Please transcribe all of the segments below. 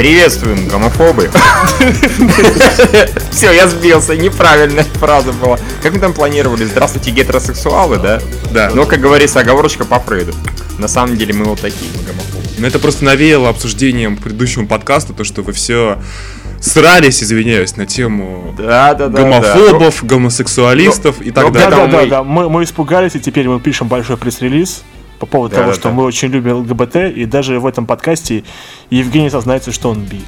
Приветствуем, гомофобы. Все, я сбился, неправильная фраза была. Как мы там планировали? Здравствуйте, гетеросексуалы, да? Да. Но, как говорится, оговорочка по Фрейду. На самом деле мы вот такие, мы гомофобы. Но это просто навеяло обсуждением предыдущего подкаста, то, что вы все срались, извиняюсь, на тему гомофобов, гомосексуалистов и так далее. Да. Мы испугались, и теперь мы пишем большой пресс-релиз по поводу того, что мы очень любим ЛГБТ, и даже в этом подкасте Евгений сознается, что он би.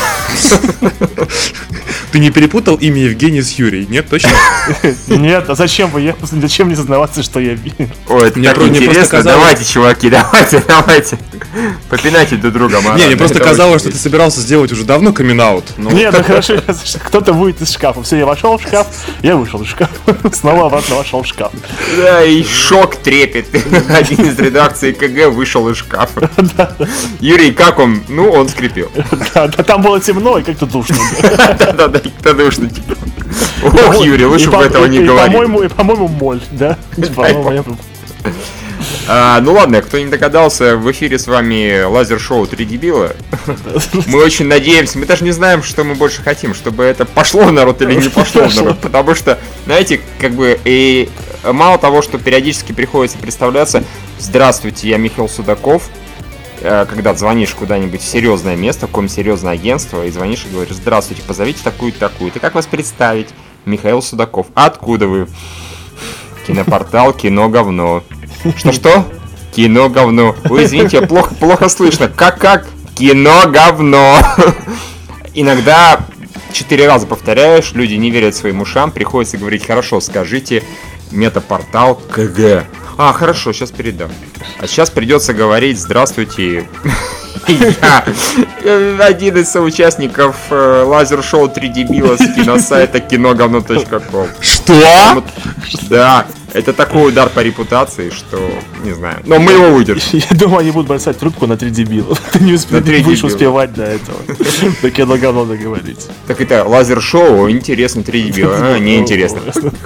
Ты не перепутал имя Евгений с Юрией, нет, точно? Нет, а зачем бы? Зачем мне сознаваться, что я би? Ой, это так интересно. Давайте, чуваки, давайте. Попинайте друг друга. Не, мне просто казалось, что ты собирался сделать уже давно камин-аут. Нет, ну хорошо, кто-то выйдет из шкафа. Все, я вошел в шкаф, я вышел из шкафа. Снова обратно вошел в шкаф. Да, и шок трепет. Один из редакции КГ вышел из шкафа. Юрий, как он? Ну, он скрипел. Да, там было темно и как-то душно. Да, как-то душно. Ох, Юрий, лучше бы этого не говорить. И, по-моему, моль, да? Ну ладно, кто не догадался, в эфире с вами лазер-шоу «Три дебила». Мы очень надеемся, мы даже не знаем, что мы больше хотим, чтобы это пошло в народ или не пошло в народ. Потому что, знаете, как бы и мало того, что периодически приходится представляться: здравствуйте, я Михаил Судаков. Когда звонишь куда-нибудь в серьезное место, в какое-нибудь серьезное агентство, и звонишь и говоришь: здравствуйте, позовите такую-то, такую-то. Как вас представить? Михаил Судаков. Откуда вы? Кинопортал «Кино говно». Что? Кино говно. Ой, извините, плохо слышно. Как? Кино говно. Иногда 4 раза повторяешь, люди не верят своим ушам, приходится говорить: хорошо, скажите метапортал КГ. Хорошо, сейчас передам. А сейчас придется говорить: здравствуйте, я один из соучастников лазер-шоу «Три дебила» с киносайта киноговно.ком. Что? Да, это такой удар по репутации, что не знаю. Но мы его выдержим. Я думаю, они будут бросать трубку на «Три дебила». Ты не будешь успевать до этого. До киноговно договорить. Так это лазер-шоу, интересно, «Три дебила». Неинтересно.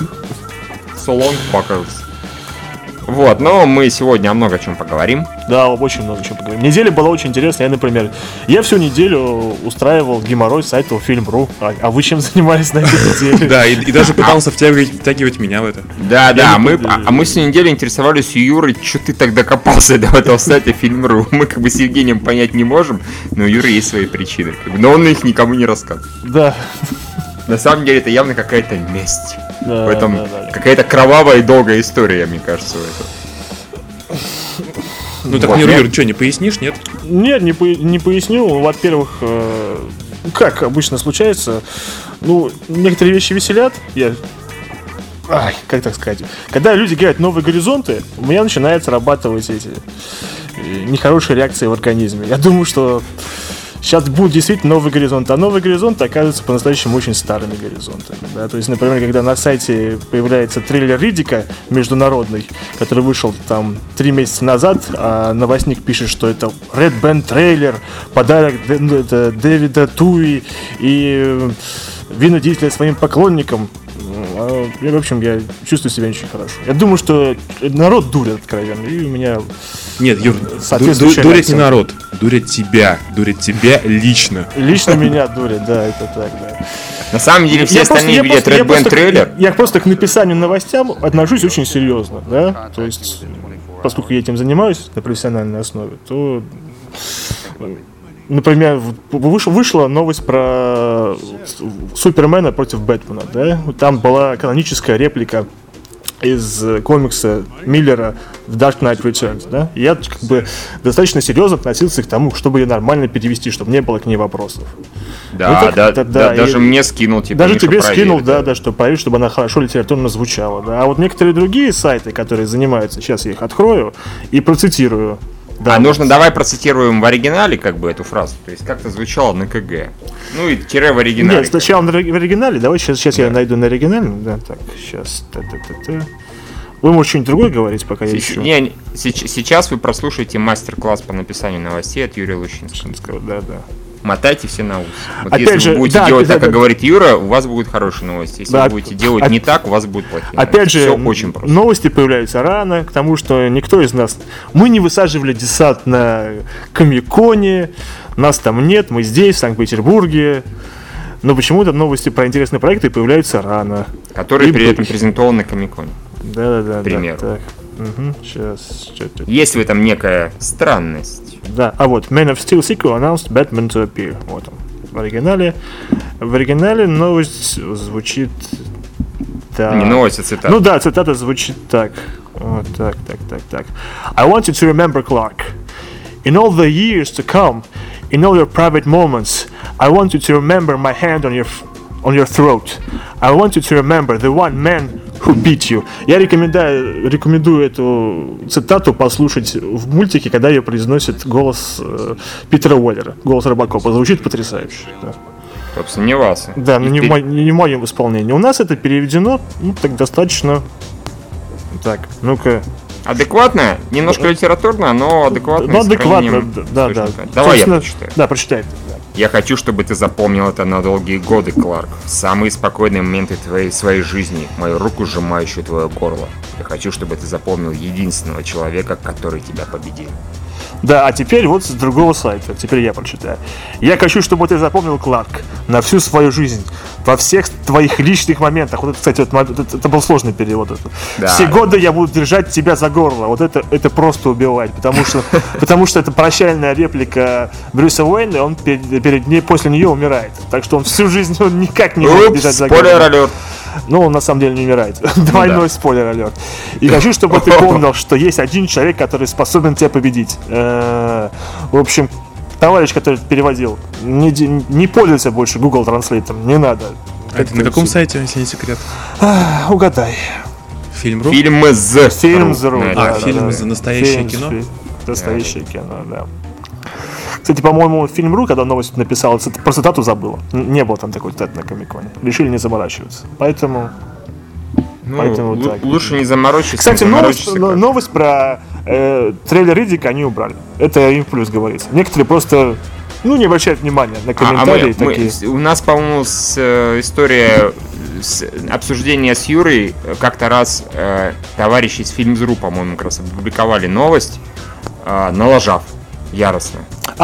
So long, fuckers. Вот, но мы сегодня о много чем поговорим. Да, очень много чем поговорим. Неделя была очень интересная. Я всю неделю устраивал геморрой с сайта Film.ru. А вы чем занимались на этой неделе? Да, и даже пытался втягивать меня в это. Да, мы всю неделю интересовались у Юры, что ты так докопался до этого сайта Film.ru. Мы как бы с Евгением понять не можем, но у Юры есть свои причины. Но он их никому не рассказывает. Да. На самом деле это явно какая-то месть. Да, в этом да. какая-то кровавая и долгая история, мне кажется, в этом. Ну так, Юр, что, не пояснишь, нет? Нет, не поясню. Во-первых, как обычно случается, некоторые вещи веселят. Как так сказать? Когда люди говорят «новые горизонты», у меня начинают срабатывать эти нехорошие реакции в организме. Я думаю, что сейчас будут действительно новые горизонты. А новые горизонты оказываются по-настоящему очень старыми горизонтами. Да? То есть, например, когда на сайте появляется трейлер Риддика международный, который вышел там 3 месяца назад, а новостник пишет, что это Red Band трейлер, подарок Дэвида Туи и Вина Дизеля своим поклонникам. В общем, я чувствую себя очень хорошо. Я думаю, что народ дурит откровенно, и у меня... Нет, Юр, дурит не народ, дурит тебя лично. Лично меня дурит, да, это так, да. На самом деле все остальные видят Red Band трейлер. Я просто к написанию новостям отношусь очень серьезно, да, то есть, поскольку я этим занимаюсь на профессиональной основе, то... Например, вышла новость про Супермена против Бэтмена, да? Там была каноническая реплика из комикса Миллера в Dark Knight Returns, да? И я как бы достаточно серьезно относился к тому, чтобы ее нормально перевести, чтобы не было к ней вопросов. Даже мне скинул, даже тебе скинул, да, чтобы проверить, чтобы она хорошо литературно звучала, да. А вот некоторые другие сайты, которые занимаются, сейчас я их открою и процитирую. Да, давай процитируем в оригинале как бы эту фразу, то есть как-то звучало на КГ. Ну и тире в оригинале. Нет, сначала в оригинале, давай сейчас я найду на оригинале. Да, так, сейчас. Вы можете что-нибудь другое говорить, пока я ищу. Сейчас вы прослушаете мастер-класс по написанию новостей от Юрия Лущинского. Да. мотайте все на ус. Вот если вы будете делать так, как говорит Юра, у вас будут хорошие новости. Если вы будете делать не так, у вас будут плохие новости. Опять же, все очень просто. Новости появляются рано, к тому, что никто из нас... Мы не высаживали десант на Комик-коне, нас там нет, мы здесь, в Санкт-Петербурге. Но почему-то новости про интересные проекты появляются рано. Которые при этом презентованы на Комик-коне. Да. К примеру. Да, угу, сейчас. Есть в этом некая странность. Да, а вот Man of Steel sequel announced Batman to appear. Вот он. В оригинале новость звучит так. Не новость, а цитата. Ну да, цитата звучит так. Вот так. I want you to remember, Clark. In all the years to come, in all your private moments, I want you to remember my hand on your throat. I want you to remember the one man who beat you. Я рекомендую эту цитату послушать в мультике, когда ее произносит голос Питера Уэллера, голос Робокопа. Звучит потрясающе. Да. Собственно, не вас. Да, но не в моем исполнении. У нас это переведено, так достаточно. Так, ну-ка. Адекватно, немножко литературно, но адекватно. Ну, адекватно, да. Давай я прочитаю. Да, прочитай. Я хочу, чтобы ты запомнил это на долгие годы, Кларк. Самые спокойные моменты своей жизни, мою руку, сжимающую твое горло. Я хочу, чтобы ты запомнил единственного человека, который тебя победил. Да, а теперь вот с другого сайта. Теперь я прочитаю. Я хочу, чтобы ты запомнил, Кларк, на всю свою жизнь, во всех твоих личных моментах. Вот это, кстати, это был сложный перевод. Да. Все годы я буду держать тебя за горло. Вот это просто убивать, потому что это прощальная реплика Брюса Уэйна, и он после нее умирает. Так что он всю жизнь никак не может держать за горло. Спойлер-алерт. Но он на самом деле не умирает. Двойной спойлер-алерт. И хочу, чтобы ты помнил, что есть один человек, который способен тебя победить. В общем, товарищ, который переводил, не пользуйся больше Google Translate, не надо. Это на каком сайте, если не секрет? Угадай. Фильм.ру? Фильм.з. Фильм.ру. Фильм.з. Настоящее кино? Настоящее кино, да. Кстати, по-моему, Фильм.ру, когда новость написал, про цитату забыла. Не было там такой цитаты на Комик-коне. Решили не заморачиваться. Поэтому так. Лучше не заморочиться. Кстати, новость про трейлер Риддика они убрали. Это им плюс говорится. Некоторые просто не обращают внимания на комментарии. У нас, по-моему, история обсуждения с Юрой как-то раз товарищи из Фильм.ру, по-моему, как раз опубликовали новость, налажав яростно.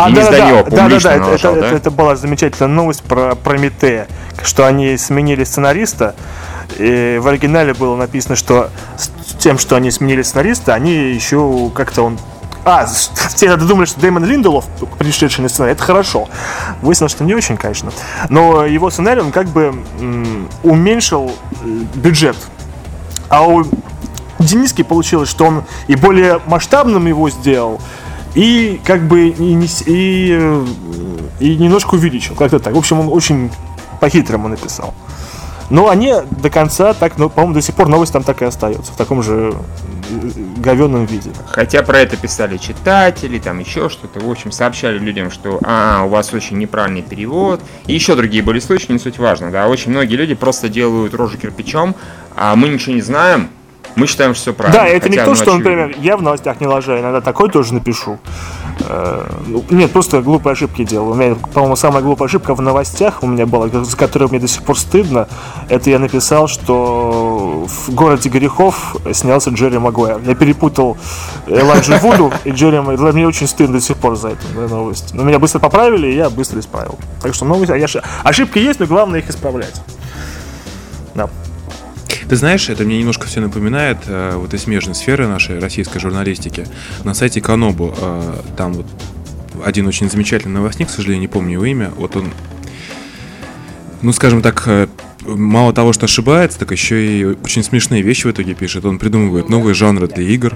Это была замечательная новость про Прометея, что они сменили сценариста, и в оригинале было написано, что с тем, что они сменили сценариста, они еще как-то все думали, что Дэймон Линделов, пришедший на сценарий, это хорошо. Выяснилось, что не очень, конечно. Но его сценарий, он как бы уменьшил бюджет. А у Дениски получилось, что он и более масштабным его сделал, и как бы и немножко увеличил. Как-то так. В общем, он очень по-хитрому написал. Но они до конца так, по-моему, до сих пор новость там так и остается. В таком же говёном виде. Хотя про это писали читатели, там еще что-то. В общем, сообщали людям, что у вас очень неправильный перевод. И еще другие были случаи, не суть важно. Да? Очень многие люди просто делают рожу кирпичом, а мы ничего не знаем. Мы считаем, что все правильно. Да, это не то, что, например, я в новостях не лажаю, иногда такое тоже напишу. Нет, просто глупые ошибки делаю. У меня, по-моему, самая глупая ошибка в новостях у меня была, за которую мне до сих пор стыдно. Это я написал, что в «Городе грехов» снялся Джерри Магуайр. Я перепутал Элайджу Вуду и Джерри Магуайр. Мне очень стыдно до сих пор за эту новость. Но меня быстро поправили, и я быстро исправил. Так что ошибки есть, но главное их исправлять. Да. Ты знаешь, это мне немножко все напоминает вот из смежной сферы нашей российской журналистики. На сайте Канобу там вот один очень замечательный новостник, к сожалению, не помню его имя. Вот он, скажем так, мало того, что ошибается, так еще и очень смешные вещи в итоге пишет. Он придумывает новые жанры для игр.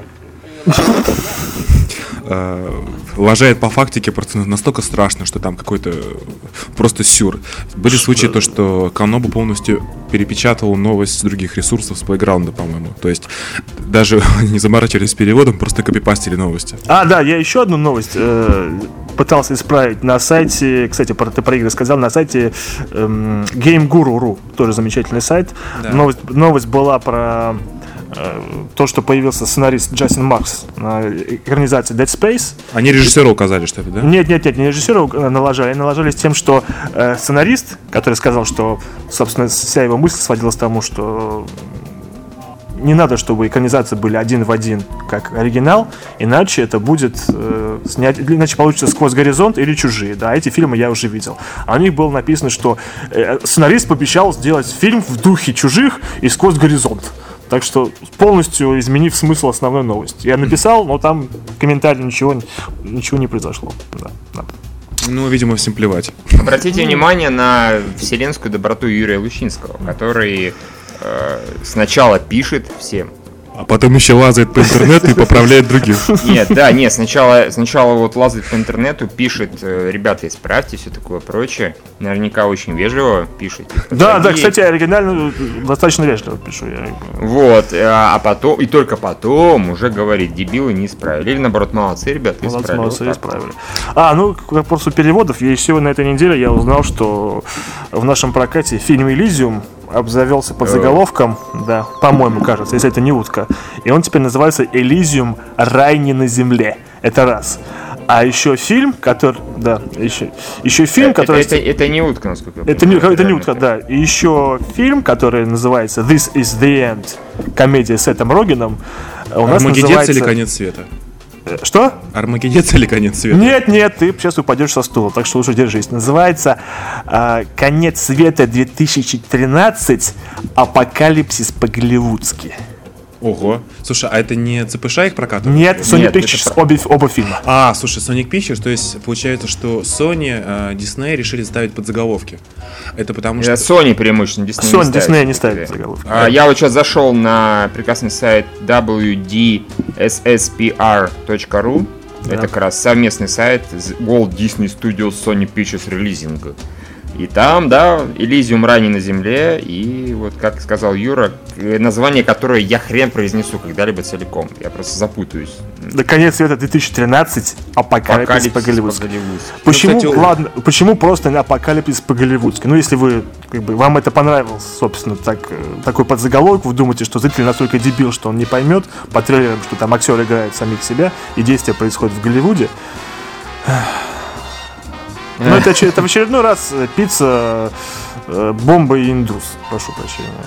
Лажает по фактике просто настолько страшно, что там какой-то просто сюр. Были случаи, то, что Канобу полностью перепечатывал новость с других ресурсов, с плейграунда, по-моему. То есть даже не заморачивались с переводом, просто копипастили новости. Да, я еще одну новость пытался исправить на сайте, кстати, ты про игры сказал, на сайте GameGuru.ru, тоже замечательный сайт. Да. Новость была про то, что появился сценарист Джастин Маркс на экранизации Dead Space. Они режиссера указали, что ли, да? Нет, не режиссера налажали, они налажали с тем, что сценарист, который сказал, что, собственно, вся его мысль сводилась к тому, что не надо, чтобы экранизации были один в один, как оригинал, иначе это будет иначе получится «Сквозь горизонт» или «Чужие». Да, эти фильмы я уже видел. А у них было написано, что сценарист пообещал сделать фильм в духе «Чужих» и «Сквозь горизонт». Так что полностью изменив смысл основной новости. Я написал, но там в комментарии ничего не произошло. Да. Ну, видимо, всем плевать. Обратите внимание на вселенскую доброту Юрия Лущинского, который сначала пишет всем. А потом еще лазает по интернету и поправляет других. Нет, сначала вот лазает по интернету, пишет, ребята, исправьте, все такое прочее. Наверняка очень вежливо пишет. Да, кстати, оригинально достаточно вежливо пишу. Вот, а потом, и только потом уже говорит, дебилы не исправили. Или наоборот, молодцы, ребята, исправили. Молодцы, исправили. К вопросу переводов, еще на этой неделе я узнал, что в нашем прокате фильм «Элизиум» обзавелся под заголовком, да, по-моему, кажется, если это не утка. И он теперь называется «Элизиум. Рай не на земле». Это раз. А еще фильм, который... Да, еще фильм, который... Это не утка, насколько я понимаю. Это не утка, да. И еще фильм, который называется «This is the End», комедия с Сетом Рогеном. «Армагеддец» или «Конец света»? Что? «Армагеддец» или «Конец света»? Нет, ты сейчас упадешь со стула, так что лучше держись. Называется «Конец света 2013. Апокалипсис по-голливудски». Ого. Слушай, а это не ЦПШ их прокатывает? Нет, Sony Pictures, оба фильма. Слушай, Sony Pictures, то есть получается, что Sony, Disney решили ставить подзаголовки. Это потому что... Sony преимущественно, Disney не ставит подзаголовки. Я вот сейчас зашел на прекрасный сайт wdSSPR.ru. Да. Это как раз совместный сайт Walt Disney Studios Sony Pictures Releasing. И там, да, Элизиум ранее на земле, и вот, как сказал Юра, название, которое я хрен произнесу когда-либо целиком. Я просто запутаюсь. Да, «Конец света 2013. Апокалипсис по-голливудски». Почему, кстати, ладно, почему просто не «Апокалипсис по-голливудски»? Ну, если вы, вам это понравилось, собственно, такой подзаголовок, вы думаете, что зритель настолько дебил, что он не поймет по трейлерам, что там актеры играют самих себя, и действие происходит в Голливуде. Ну, это в очередной раз пицца, бомба и индус. Прошу прощения.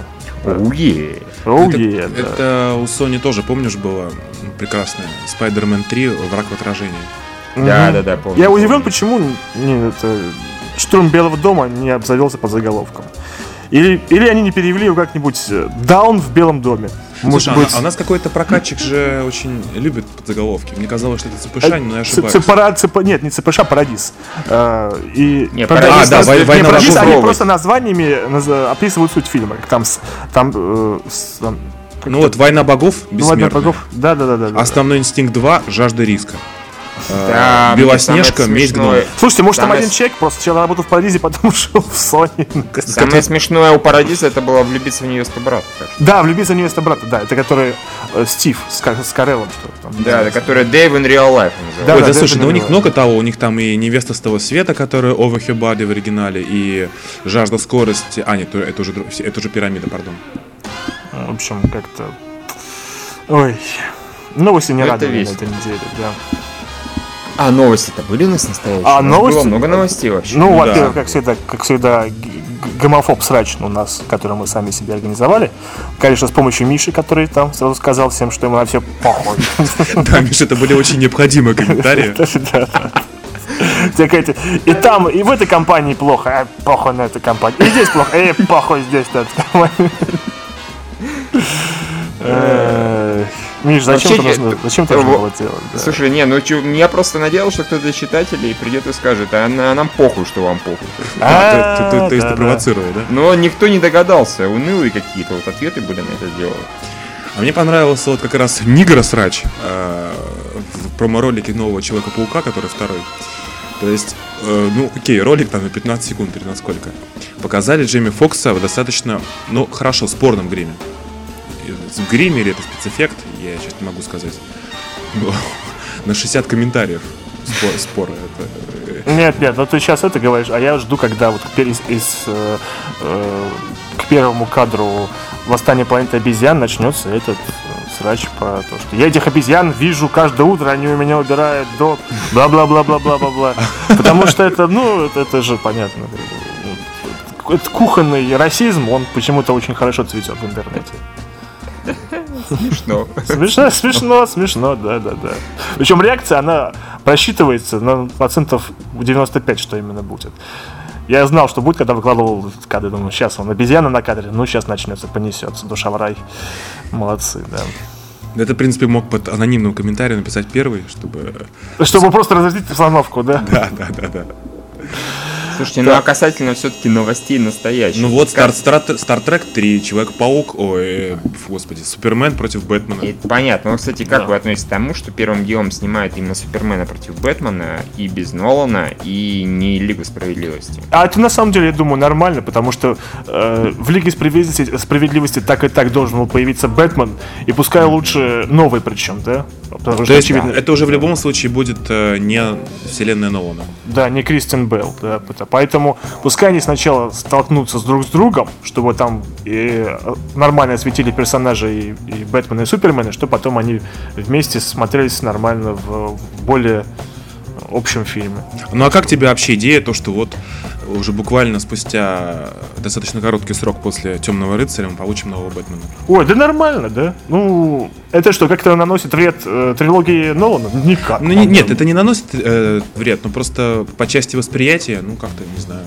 Это у Sony тоже, помнишь, было прекрасное Spider-Man 3 «Враг в отражении». Да, помню. Я удивлен, почему «Штурм Белого дома» не обзавелся под заголовком. Или они не перевели его как-нибудь «Даун в Белом доме». Слушай, а у нас какой-то прокатчик же очень любит подзаголовки. Мне казалось, что это ЦПШ, но я ошибаюсь. Нет, не ЦПШ, Парадис. Парадис, они просто названиями описывают суть фильма. Ну вот «Война богов» бессмертная. Да. «Основной инстинкт 2» «Жажда риска». Да, «Белоснежка», «Месть гномов». Слушайте, может там один человек просто сначала работал в Парадизе, потом ушел в Sony. Самое смешное у Парадиза это было влюбиться в невесту брата. Да, влюбиться в невесту брата, да. Это который Стив с Кареллом, что ли. Да, это который Дэйв in Real Life называется. Слушай, у них много того. У них там и «Невеста с того света», которая «Over Her Body» в оригинале, и «Жажда скорости». Нет, это уже «Пирамида», пардон. В общем, как-то... Ой, новости не радовали на этой неделе, да. А новости-то были у нас настоящие? Новости? Было много новостей вообще. Ну, во-первых, как всегда, гомофоб срач у нас, который мы сами себе организовали. Конечно, с помощью Миши, который там сразу сказал всем, что ему на все похуй. Да, Миша, это были очень необходимые комментарии. И там, и в этой компании плохо, похуй на эту компанию. И здесь плохо, похуй здесь на эту компанию. Миш, зачем ты нужно было делать? Слушай, я просто надеялся, что кто-то из читателей придет и скажет, а нам похуй, что вам похуй. То есть ты провоцируешь, да? Но никто не догадался, унылые какие-то вот ответы были на это дело. А мне понравился вот как раз Нигра срач в промо-ролике нового Человека-паука, который второй. То есть, ролик там на 15 секунд или на сколько. Показали Джейми Фокса в достаточно, хорошо, спорном гриме. В гриме или это спецэффект, я сейчас не могу сказать. На 60 комментариев спора. которые... Нет, ну ты сейчас это говоришь, а я жду, когда вот к первому кадру «Восстание планеты обезьян» начнется этот срач про то, что я этих обезьян вижу каждое утро, они у меня убирают до бла-бла-бла-бла-бла-бла-бла. Потому что это, это же понятно. Этот кухонный расизм, он почему-то очень хорошо цветет в интернете. Смешно, да. Причем реакция, она просчитывается на процентов 95, что именно будет. Я знал, что будет, когда выкладывал кадры. Думаю, сейчас он обезьяна на кадре, сейчас начнется, понесется, душа в рай. Молодцы, да. Это, в принципе, мог под анонимным комментарием написать первый, чтобы просто разрядить обстановку, да? Да. Слушайте, а касательно все-таки новостей настоящих. Ну вот, Star Trek 3, Человек-паук, Супермен против Бэтмена. Это понятно. Но, кстати, как вы относитесь к тому, что первым делом снимают именно Супермена против Бэтмена, и без Нолана, и не Лигу Справедливости? А это на самом деле, я думаю, нормально, потому что в Лиге Справедливости так и так должен был появиться Бэтмен, и пускай лучше новый причем, да? То есть, очевидно, это уже в любом случае будет не вселенная Нолана. Да, не Кристиан Бейл, да. Поэтому пускай они сначала столкнутся друг с другом, чтобы там и нормально осветили персонажей и Бэтмена, и Супермена, чтобы потом они вместе смотрелись нормально в более общем фильме. Ну а как тебе вообще идея, то что вот уже буквально спустя достаточно короткий срок после «Темного рыцаря» мы получим нового Бэтмена? Ой, да нормально, да? Ну, это что, как-то наносит вред трилогии Нолана? Никак. Ну, нет, это не наносит вред, но просто по части восприятия, как-то, не знаю.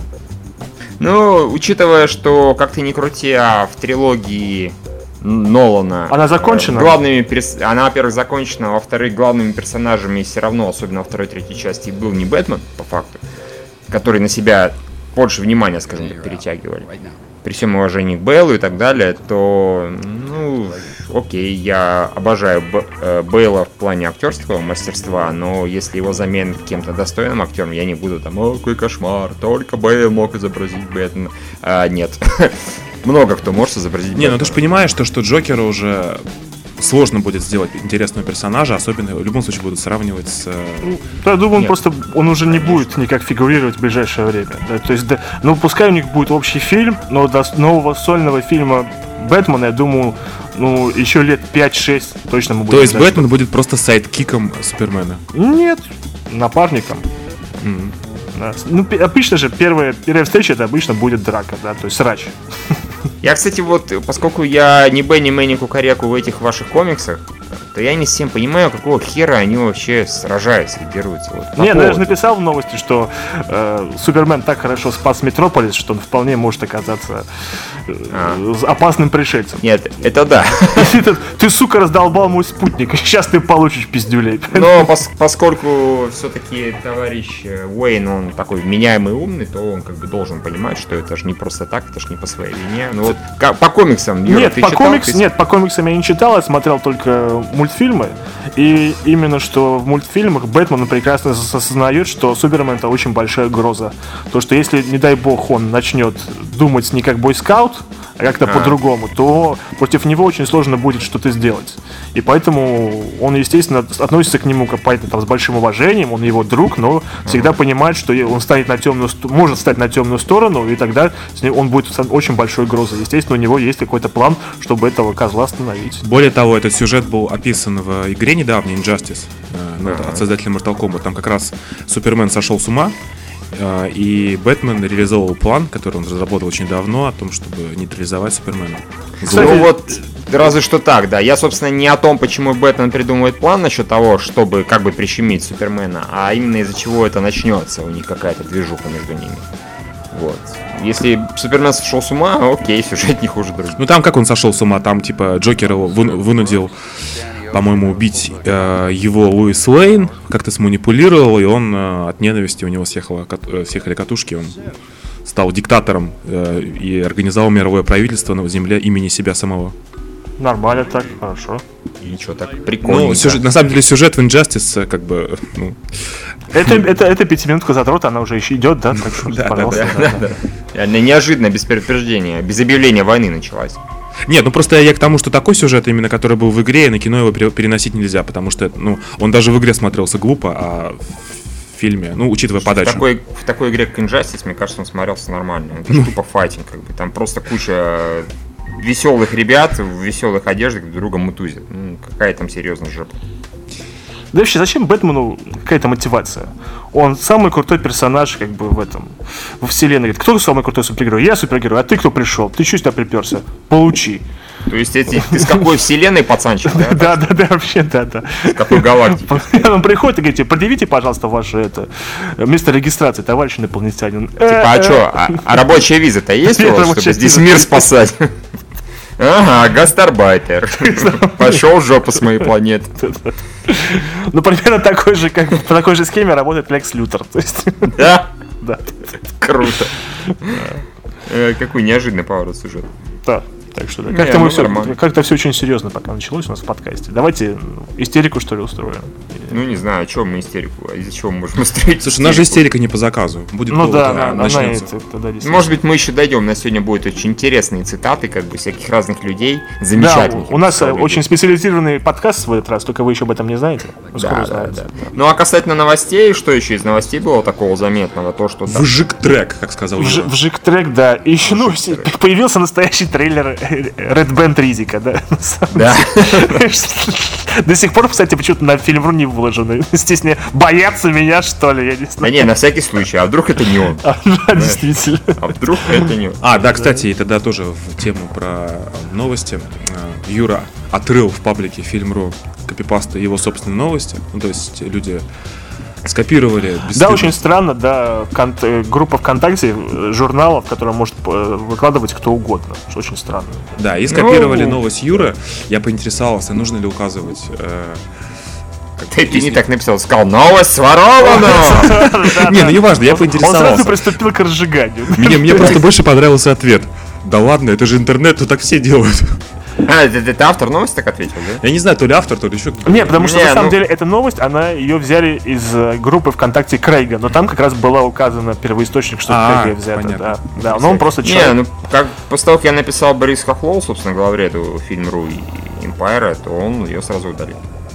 Ну, учитывая, что, как ты ни крути, а в трилогии Нолана... Она закончена? Она, во-первых, закончена, а во-вторых, главными персонажами все равно, особенно во второй-третьей части, был не Бэтмен, по факту, который на себя больше внимания, скажем так, перетягивали. При всем уважении к Бейлу и так далее, то, окей, я обожаю Бейла в плане актерского мастерства, но если его заменят кем-то достойным актером, я не буду там, какой кошмар, только Бейл мог изобразить Бэтмена. Нет. Много кто может изобразить Бэтмена. Не, ты же понимаешь, что Джокера уже сложно будет сделать интересного персонажа, особенно в любом случае будут сравнивать с... Я думаю, он уже не будет никак фигурировать в ближайшее время. Да? То есть, пускай у них будет общий фильм, но до нового сольного фильма Бэтмена, я думаю, еще лет 5-6 точно мы будем. То есть Бэтмен будет просто сайдкиком Супермена? Нет, напарником. Да. Обычно же первая встреча, это обычно будет драка, да, то есть срач. Я, кстати, поскольку я не Бенни Мэнни Кукареку в этих ваших комиксах, то я не всем понимаю, какого хера они вообще сражаются и дерутся. Я же написал в новости, что Супермен так хорошо спас Метрополис, что он вполне может оказаться опасным пришельцем. Нет, это да. Ты, сука, раздолбал мой спутник, сейчас ты получишь пиздюлей. Но поскольку все-таки товарищ Уэйн, он такой вменяемый умный, то он как бы должен понимать, что это же не просто так, это же не по своей вине. По комиксам, Юра, нет, по комиксам я не читал, я смотрел только мультфильмы. И именно что в мультфильмах Бэтмен прекрасно осознает, что Супермен — это очень большая угроза. То, что если, не дай бог, он начнет думать не как бойскаут, а как-то по-другому, то против него очень сложно будет что-то сделать. И поэтому он, естественно, относится к нему с большим уважением, он его друг, но всегда понимает, что он может стать на темную сторону, и тогда он будет очень большой угрозой. Естественно, у него есть какой-то план, чтобы этого козла остановить. Более того, этот сюжет был описан в игре недавней Injustice от создателя Mortal Kombat. Там как раз Супермен сошел с ума, и Бэтмен реализовал план, который он разработал очень давно, о том, чтобы нейтрализовать Супермена. Разве что так, да. Я, собственно, не о том, почему Бэтмен придумывает план насчет того, чтобы как бы прищемить Супермена, а именно из-за чего это начнется. У них какая-то движуха между ними. Вот. Если Супермен сошел с ума, окей, сюжет не хуже других. Там как он сошел с ума? Там, Джокер его вынудил, по-моему, убить его Луис Лейн, как-то сманипулировал, и он от ненависти, у него съехали катушки, он стал диктатором и организовал мировое правительство на земле имени себя самого. Нормально так, хорошо. И ничего, так прикольно. На самом деле сюжет в Injustice как бы... Это 5-минутка задрота, она уже еще идет, да? Так что, пожалуйста. Да. Неожиданно, без предупреждения, без объявления войны началась. Нет, просто я к тому, что такой сюжет, именно который был в игре, и на кино его переносить нельзя, потому что, он даже в игре смотрелся глупо, а фильме, ну, учитывая подачу. В такой игре, как Injustice, мне кажется, он смотрелся нормально. Это же тупо файтинг, как бы. Там просто куча веселых ребят в веселых одеждах друг друга мутузят. Ну, какая там серьезная жопа. Да вообще, зачем Бэтмену какая-то мотивация? Он самый крутой персонаж, как бы, во вселенной. Говорит, кто самый крутой супергерой? Я супергерой, а ты кто пришел? Ты что сюда приперся? Получи. То есть ты с какой вселенной, пацанчик, да? Да, вообще, да. С какой галактики? Он приходит и говорит, предъявите, пожалуйста, ваше место регистрации, товарищ инопланетянин. Типа, а что, а рабочая виза-то есть у вас, чтобы здесь мир спасать? Ага, гастарбайтер. Пошел в жопу с моей планеты. Ну, примерно по такой же схеме работает Лекс Лютер. Да? Да. Круто. Какой неожиданный поворот сюжета. Да. Так что как-то все очень серьезно пока началось у нас в подкасте. Давайте истерику, что ли, устроим. Ну, не знаю, о чем мы истерику, а из-за чего мы можем устроить. Слушай, у нас же истерика не по заказу. Будет начнется. Может быть, мы еще дойдем. У нас сегодня будут очень интересные цитаты, как бы всяких разных людей. Замечательных. Да, у нас очень специализированный подкаст в этот раз, только вы еще об этом не знаете. Да. Ну, а касательно новостей, что еще из новостей было такого заметного? То, что вжик-трек, как сказал Юра. Вжик-трек, да. И еще, появился настоящий трейлер Red Band Ризика, да? Да. До сих пор, кстати, почему-то на Фильм.ру не выложены. Естественно, боятся меня, что ли, я не знаю. Да не, на всякий случай, а вдруг это не он? Действительно. А вдруг это не он? Да, кстати, и тогда тоже в тему про новости. Юра отрыл в паблике Фильм.ру копипаста его собственной новости. Ну, то есть люди скопировали. Да, очень странно, да, группа ВКонтакте, журналов, которая может выкладывать кто угодно, что очень странно. Да, и скопировали новость Юры. Я поинтересовался, нужно ли указывать... Ты не так написал, сказал, новость сворована! Не, ну не важно, я поинтересовался. Он сразу приступил к разжиганию. Мне просто больше понравился ответ. Да ладно, это же интернет, то так все делают. Это автор новости так ответил, да? Я не знаю, то ли автор, то ли еще кто-то. Не, потому что на самом деле эта новость, ее взяли из группы ВКонтакте Крейга, но там как раз была указана первоисточник, что Крейга взято. Да, но он просто человек. Не, после того, как я написал Борис Хохлов, собственно, главреду Фильм.ру и Empire, то он ее сразу удалил.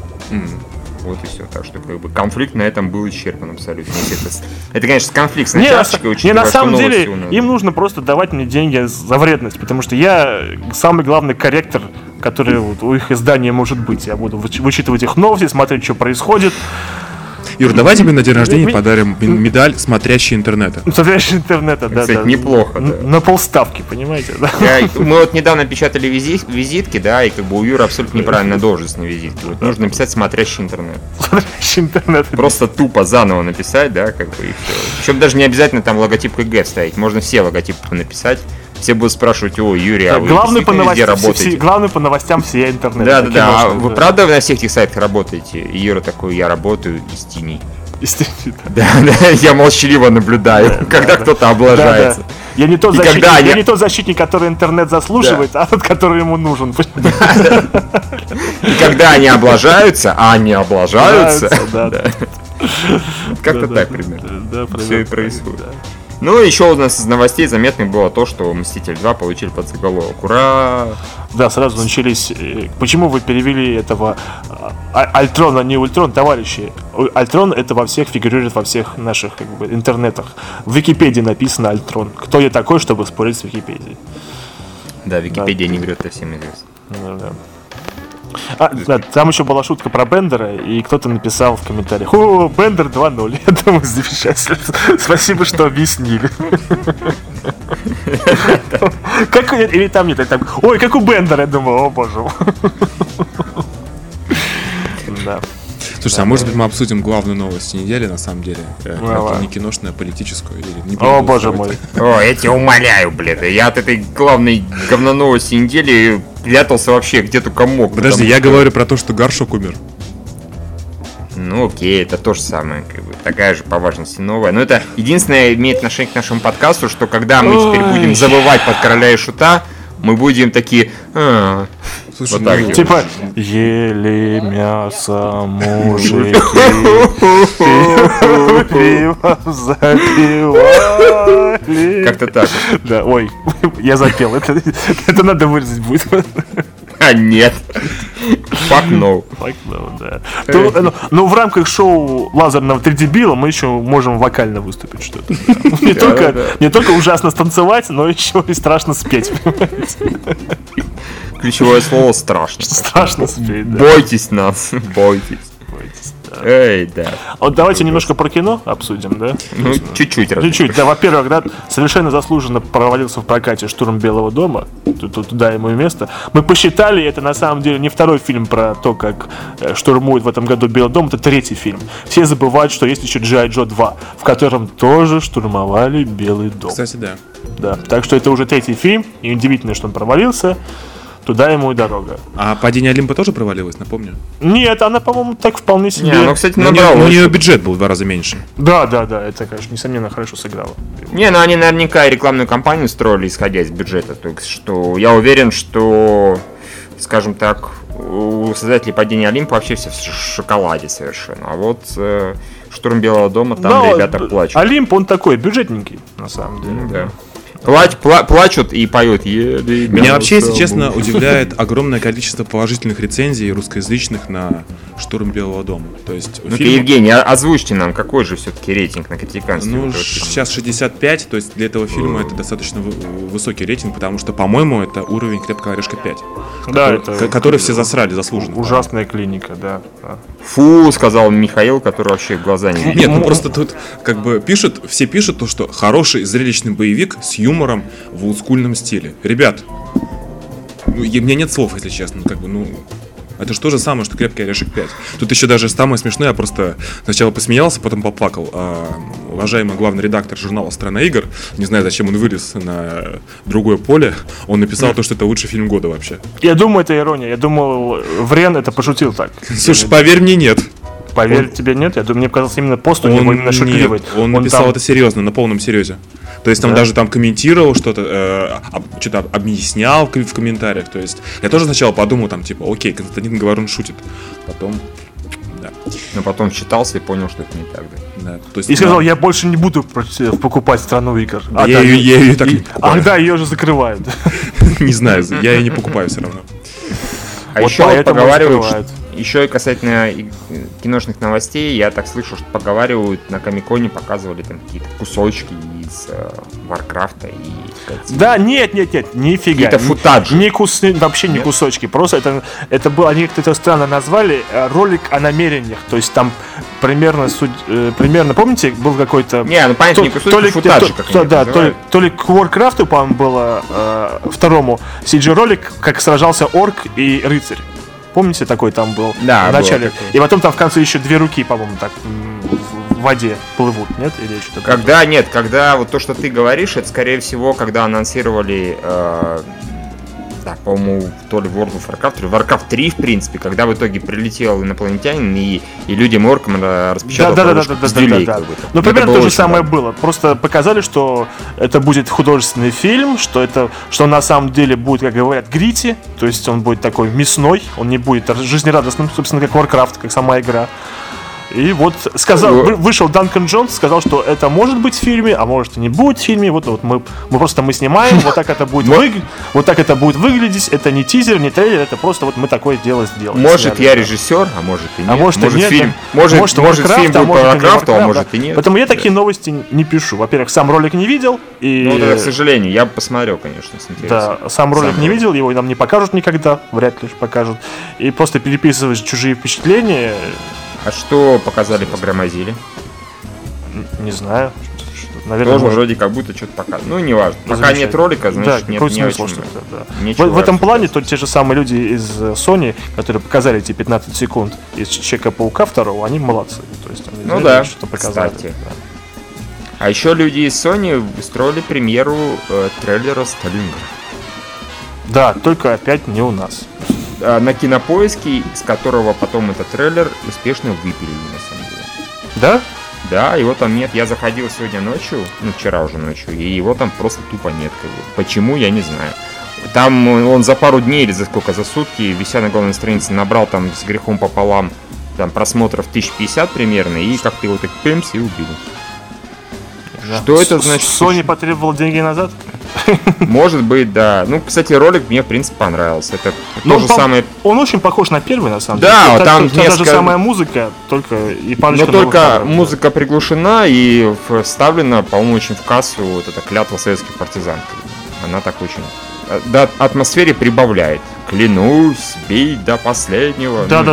Вот и все. Так что как бы конфликт на этом был исчерпан абсолютно. Это, конечно, конфликт с начальщиком. Не, на самом деле, им нужно просто давать мне деньги за вредность, потому что я самый главный корректор, который у их издания может быть. Я буду вычитывать их новости, смотреть, что происходит. Юр, давай тебе на день рождения подарим медаль «Смотрящий интернета». Смотрящий интернета, да. Кстати, неплохо, да. На полставки, понимаете, да. Мы вот недавно печатали визитки, да, и как бы у Юры абсолютно неправильная должность на визитке. Вот нужно написать «Смотрящий интернет». Смотрящий интернет. Просто тупо заново написать, да, как бы и все. Причем даже не обязательно там логотип КГ вставить, можно все логотипы написать. Все будут спрашивать, Юрий, а вы везде работаете? Главный по новостям всея интернета. Да. А вы правда на всех этих сайтах работаете? И Юра такой, я работаю с Тиней. Да, я молчаливо наблюдаю, когда кто-то облажается. Я не тот защитник, который интернет заслуживает, а тот, который ему нужен. И когда они облажаются, как-то так примерно все и происходит. Ну, еще у нас из новостей заметным было то, что «Мститель 2» получили подзаголовок. Ура! Да, сразу начались... Почему вы перевели этого Альтрона, не Ультрон, товарищи? Альтрон это фигурирует во всех наших интернетах. В Википедии написано Альтрон. Кто я такой, чтобы спорить с Википедией? Да, Википедия не врет, это всем известно. Да. Там еще была шутка про Бендера, и кто-то написал в комментариях: «О, Бендер 2.0». Я думаю, замечательно. Спасибо, что объяснили. Или там нет, там: ой, как у Бендера. Я думаю, о боже мой. Да. Слушай, а может быть мы обсудим главную новость недели, на самом деле? Не киношную, а политическую? О, боже мой. О, я тебя умоляю, блин. Я от этой главной говноновости недели прятался вообще где только мог. Подожди, я говорю про то, что Горшок умер. Ну окей, это то же самое, как бы, такая же по важности новая. Но это единственное имеет отношение к нашему подкасту, что когда мы теперь будем забывать под короля и шута, мы будем такие... Слушай, вот так типа ели мясо мужики, пиво запивали. Как-то так. Да, ой, я запел. Это надо вырезать будет. Нет. Fuck no. Fuck no, да. Ну, в рамках шоу лазерного 3D-била мы еще можем вокально выступить что-то. Не только ужасно станцевать, но еще и страшно спеть. Ключевое слово страшно. Страшно спеть, да. Бойтесь нас, бойтесь. Эй, да. Вот давайте немножко про кино обсудим, да? Ну, чуть-чуть. Чуть-чуть, да. Во-первых, да, совершенно заслуженно провалился в прокате «Штурм Белого дома». Туда ему и место. Мы посчитали, это на самом деле не второй фильм про то, как штурмует в этом году Белый дом, это третий фильм. Все забывают, что есть еще G.I. Joe 2, в котором тоже штурмовали Белый дом. Кстати, да. Да, так что это уже третий фильм, и удивительно, что он провалился. Туда ему и дорога. А «Падение Олимпа» тоже провалилось, напомню? Нет, она, по-моему, так вполне себе. Не, ну, кстати, у нее бедж был в 2 раза меньше. Да, это, конечно, несомненно, хорошо сыграло. Не, ну они наверняка рекламную кампанию строили, исходя из бюджета. Так что я уверен, что, скажем так, у создателей «Падения Олимпа» вообще все в шоколаде совершенно. А вот «Штурм Белого дома», там ребята плачут. Олимп, он такой, бюджетненький, на самом деле. Да. Плачут и поют. Меня вообще, если честно, удивляет огромное количество положительных рецензий русскоязычных на «Штурм Белого дома». То есть Евгений, озвучьте нам, какой же все-таки рейтинг на критиканстве? Ну, сейчас 65, то есть для этого фильма это достаточно высокий рейтинг, потому что, по-моему, это уровень «Крепкого орешка 5», да, который все засрали заслуженно. Ужасная клиника, да. Фу, сказал Михаил, который вообще глаза не видит. Нет, ну просто тут как бы все пишут то, что хороший зрелищный боевик с юмором в олдскульном стиле. Ребят, у меня нет слов, если честно, это же то же самое, что «Крепкий орешек 5». Тут еще даже самое смешное, я просто сначала посмеялся, потом поплакал. Уважаемый главный редактор журнала «Страна игр», не знаю, зачем он вылез на другое поле, он написал то, что это лучший фильм года вообще. Я думаю, это ирония. Я думал, Врен это пошутил так. Слушай, поверь мне, нет. Поверь, тебе нет? Я думаю, мне показалось, именно пост у него именно шутливый. Он написал это серьезно, на полном серьезе. То есть там даже комментировал что-то, что-то объяснял в комментариях. То есть я тоже сначала подумал, окей, Константин Говорун шутит. Потом, да. Но потом вчитался и понял, что это не так, да. То есть, и сказал, я больше не буду покупать «Страну игр». Я ее так не покупаю. Да, ее же закрывают. Не знаю, я ее не покупаю все равно. А еще поговаривают, еще и касательно киношных новостей, я так слышу, что поговаривают, на Комик-Коне показывали там какие-то кусочки из Варкрафта и... Да, нет, нифига. Это футаджи. Вообще не кусочки, просто это было, они как-то это странно назвали, ролик о намерениях, то есть там примерно, помните, был какой-то... Не, ну понятно, не кусочки, футаджи, как они называют. То ли к Warcraft'у, по-моему, было второму CG-ролик, как сражался орк и рыцарь. Помните, такой там был в начале? И потом там в конце еще 2 руки, по-моему, так в воде плывут, нет? Или что-то когда вот то, что ты говоришь, это, скорее всего, когда анонсировали, по-моему, то ли World of Warcraft, то ли Warcraft 3, в принципе, когда в итоге прилетел инопланетянин и людям-оркам распечатал коробочку с дюлей. Ну, примерно то же самое было. Просто показали, что это будет художественный фильм, что на самом деле будет, как говорят, грити, то есть он будет такой мясной, он не будет жизнерадостным, собственно, как Warcraft, как сама игра. И вот вышел Данкан Джонс, сказал, что это может быть в фильме, а может и не будет в фильме. Вот мы снимаем, вот так это будет выглядеть. Это не тизер, не трейлер, это просто вот мы такое дело сделаем. Может, я режиссер, а может и нет. А может и нет. Фильм, может фильм будет по Варкрафту, а может и нет. Поэтому я такие новости не пишу. Во-первых, сам ролик не видел. Ну, да, к сожалению, я бы посмотрел, конечно, с интересом. Да, сам ролик не видел, его нам не покажут никогда, вряд ли покажут. И просто переписывать чужие впечатления. А что показали по Громозиле? Не знаю. Наверное, тоже вроде как будто что-то показывают. Ну, не важно. Пока нет ролика, значит, нет смысла. В этом плане то те же самые люди из Sony, которые показали эти 15 секунд из Человека-паука 2, они молодцы. То есть, они что показали. Кстати. Да. А еще люди из Sony устроили премьеру трейлера Сталинграда. Да, только опять не у нас. На Кинопоиске, с которого потом этот трейлер успешно выпилили, на самом деле. Да? Да, его там нет. Я заходил сегодня ночью, вчера уже ночью, и его там просто тупо нет. Почему, я не знаю. Там он за пару дней или за сутки, вися на главной странице, набрал там с грехом пополам там просмотров 1050 примерно, и как-то его так пымс и убили. Да. Что это значит? Sony потребовал деньги назад? Может быть, да. Ну, кстати, ролик мне, в принципе, понравился. Это то же самое... Он очень похож на первый, на самом деле. Да, там даже самая музыка, только и парочка. Но только музыка приглушена и вставлена, по-моему, очень в кассу вот эта клятва советских партизан. Она так очень... Да, атмосфере прибавляет. Клянусь, бей до последнего. Да.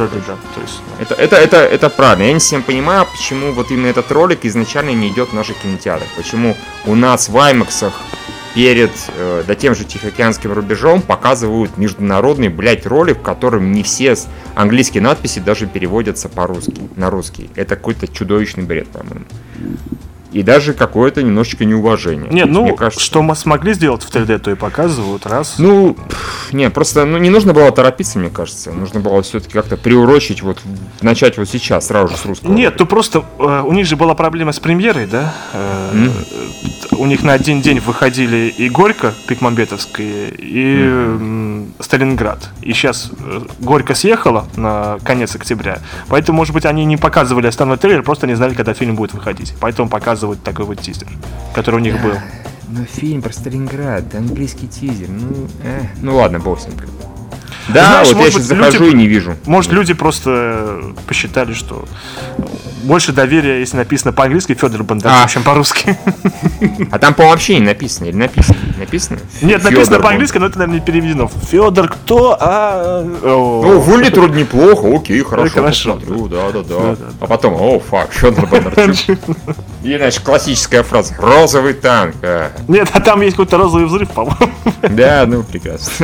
Это правильно. Я не совсем понимаю, почему вот именно этот ролик изначально не идет в наших кинотеатрах. Почему у нас в IMAX-ах перед тем же Тихоокеанским рубежом показывают международный, ролик, в котором не все английские надписи даже переводятся по-русски, на русский. Это какой-то чудовищный бред, по-моему. И даже какое-то немножечко неуважение. Нет, мне кажется, что мы смогли сделать в 3D, то и показывают, раз. Просто не нужно было торопиться, мне кажется. Нужно было все-таки как-то приурочить, начать сейчас, сразу же с русского. Нет, просто у них же была проблема с премьерой, да? У них на один день выходили и Горько, Бекмамбетовская, и Сталинград. И сейчас Горько съехала на конец октября, поэтому, может быть, они не показывали основной трейлер, просто не знали, когда фильм будет выходить. Поэтому показывают такой вот тизер, который у них был. Но фильм про Сталинград, английский тизер, ну ладно, бог с ним. Да, знаешь, я сейчас захожу и не вижу. Может, люди просто посчитали, что больше доверия, если написано по-английски, Федор Бондарчук, чем по-русски. А там, по-моему, вообще не написано. Или написано? Написано? Нет, написано по-английски, но это, наверное, не переведено. Федор кто? Выглядит вроде неплохо, окей, хорошо. Посмотрю, да. А потом, фак, Федор Бондарчук. И, значит, классическая фраза. Розовый танк. Нет, а там есть какой-то розовый взрыв, по-моему. Да, прекрасно.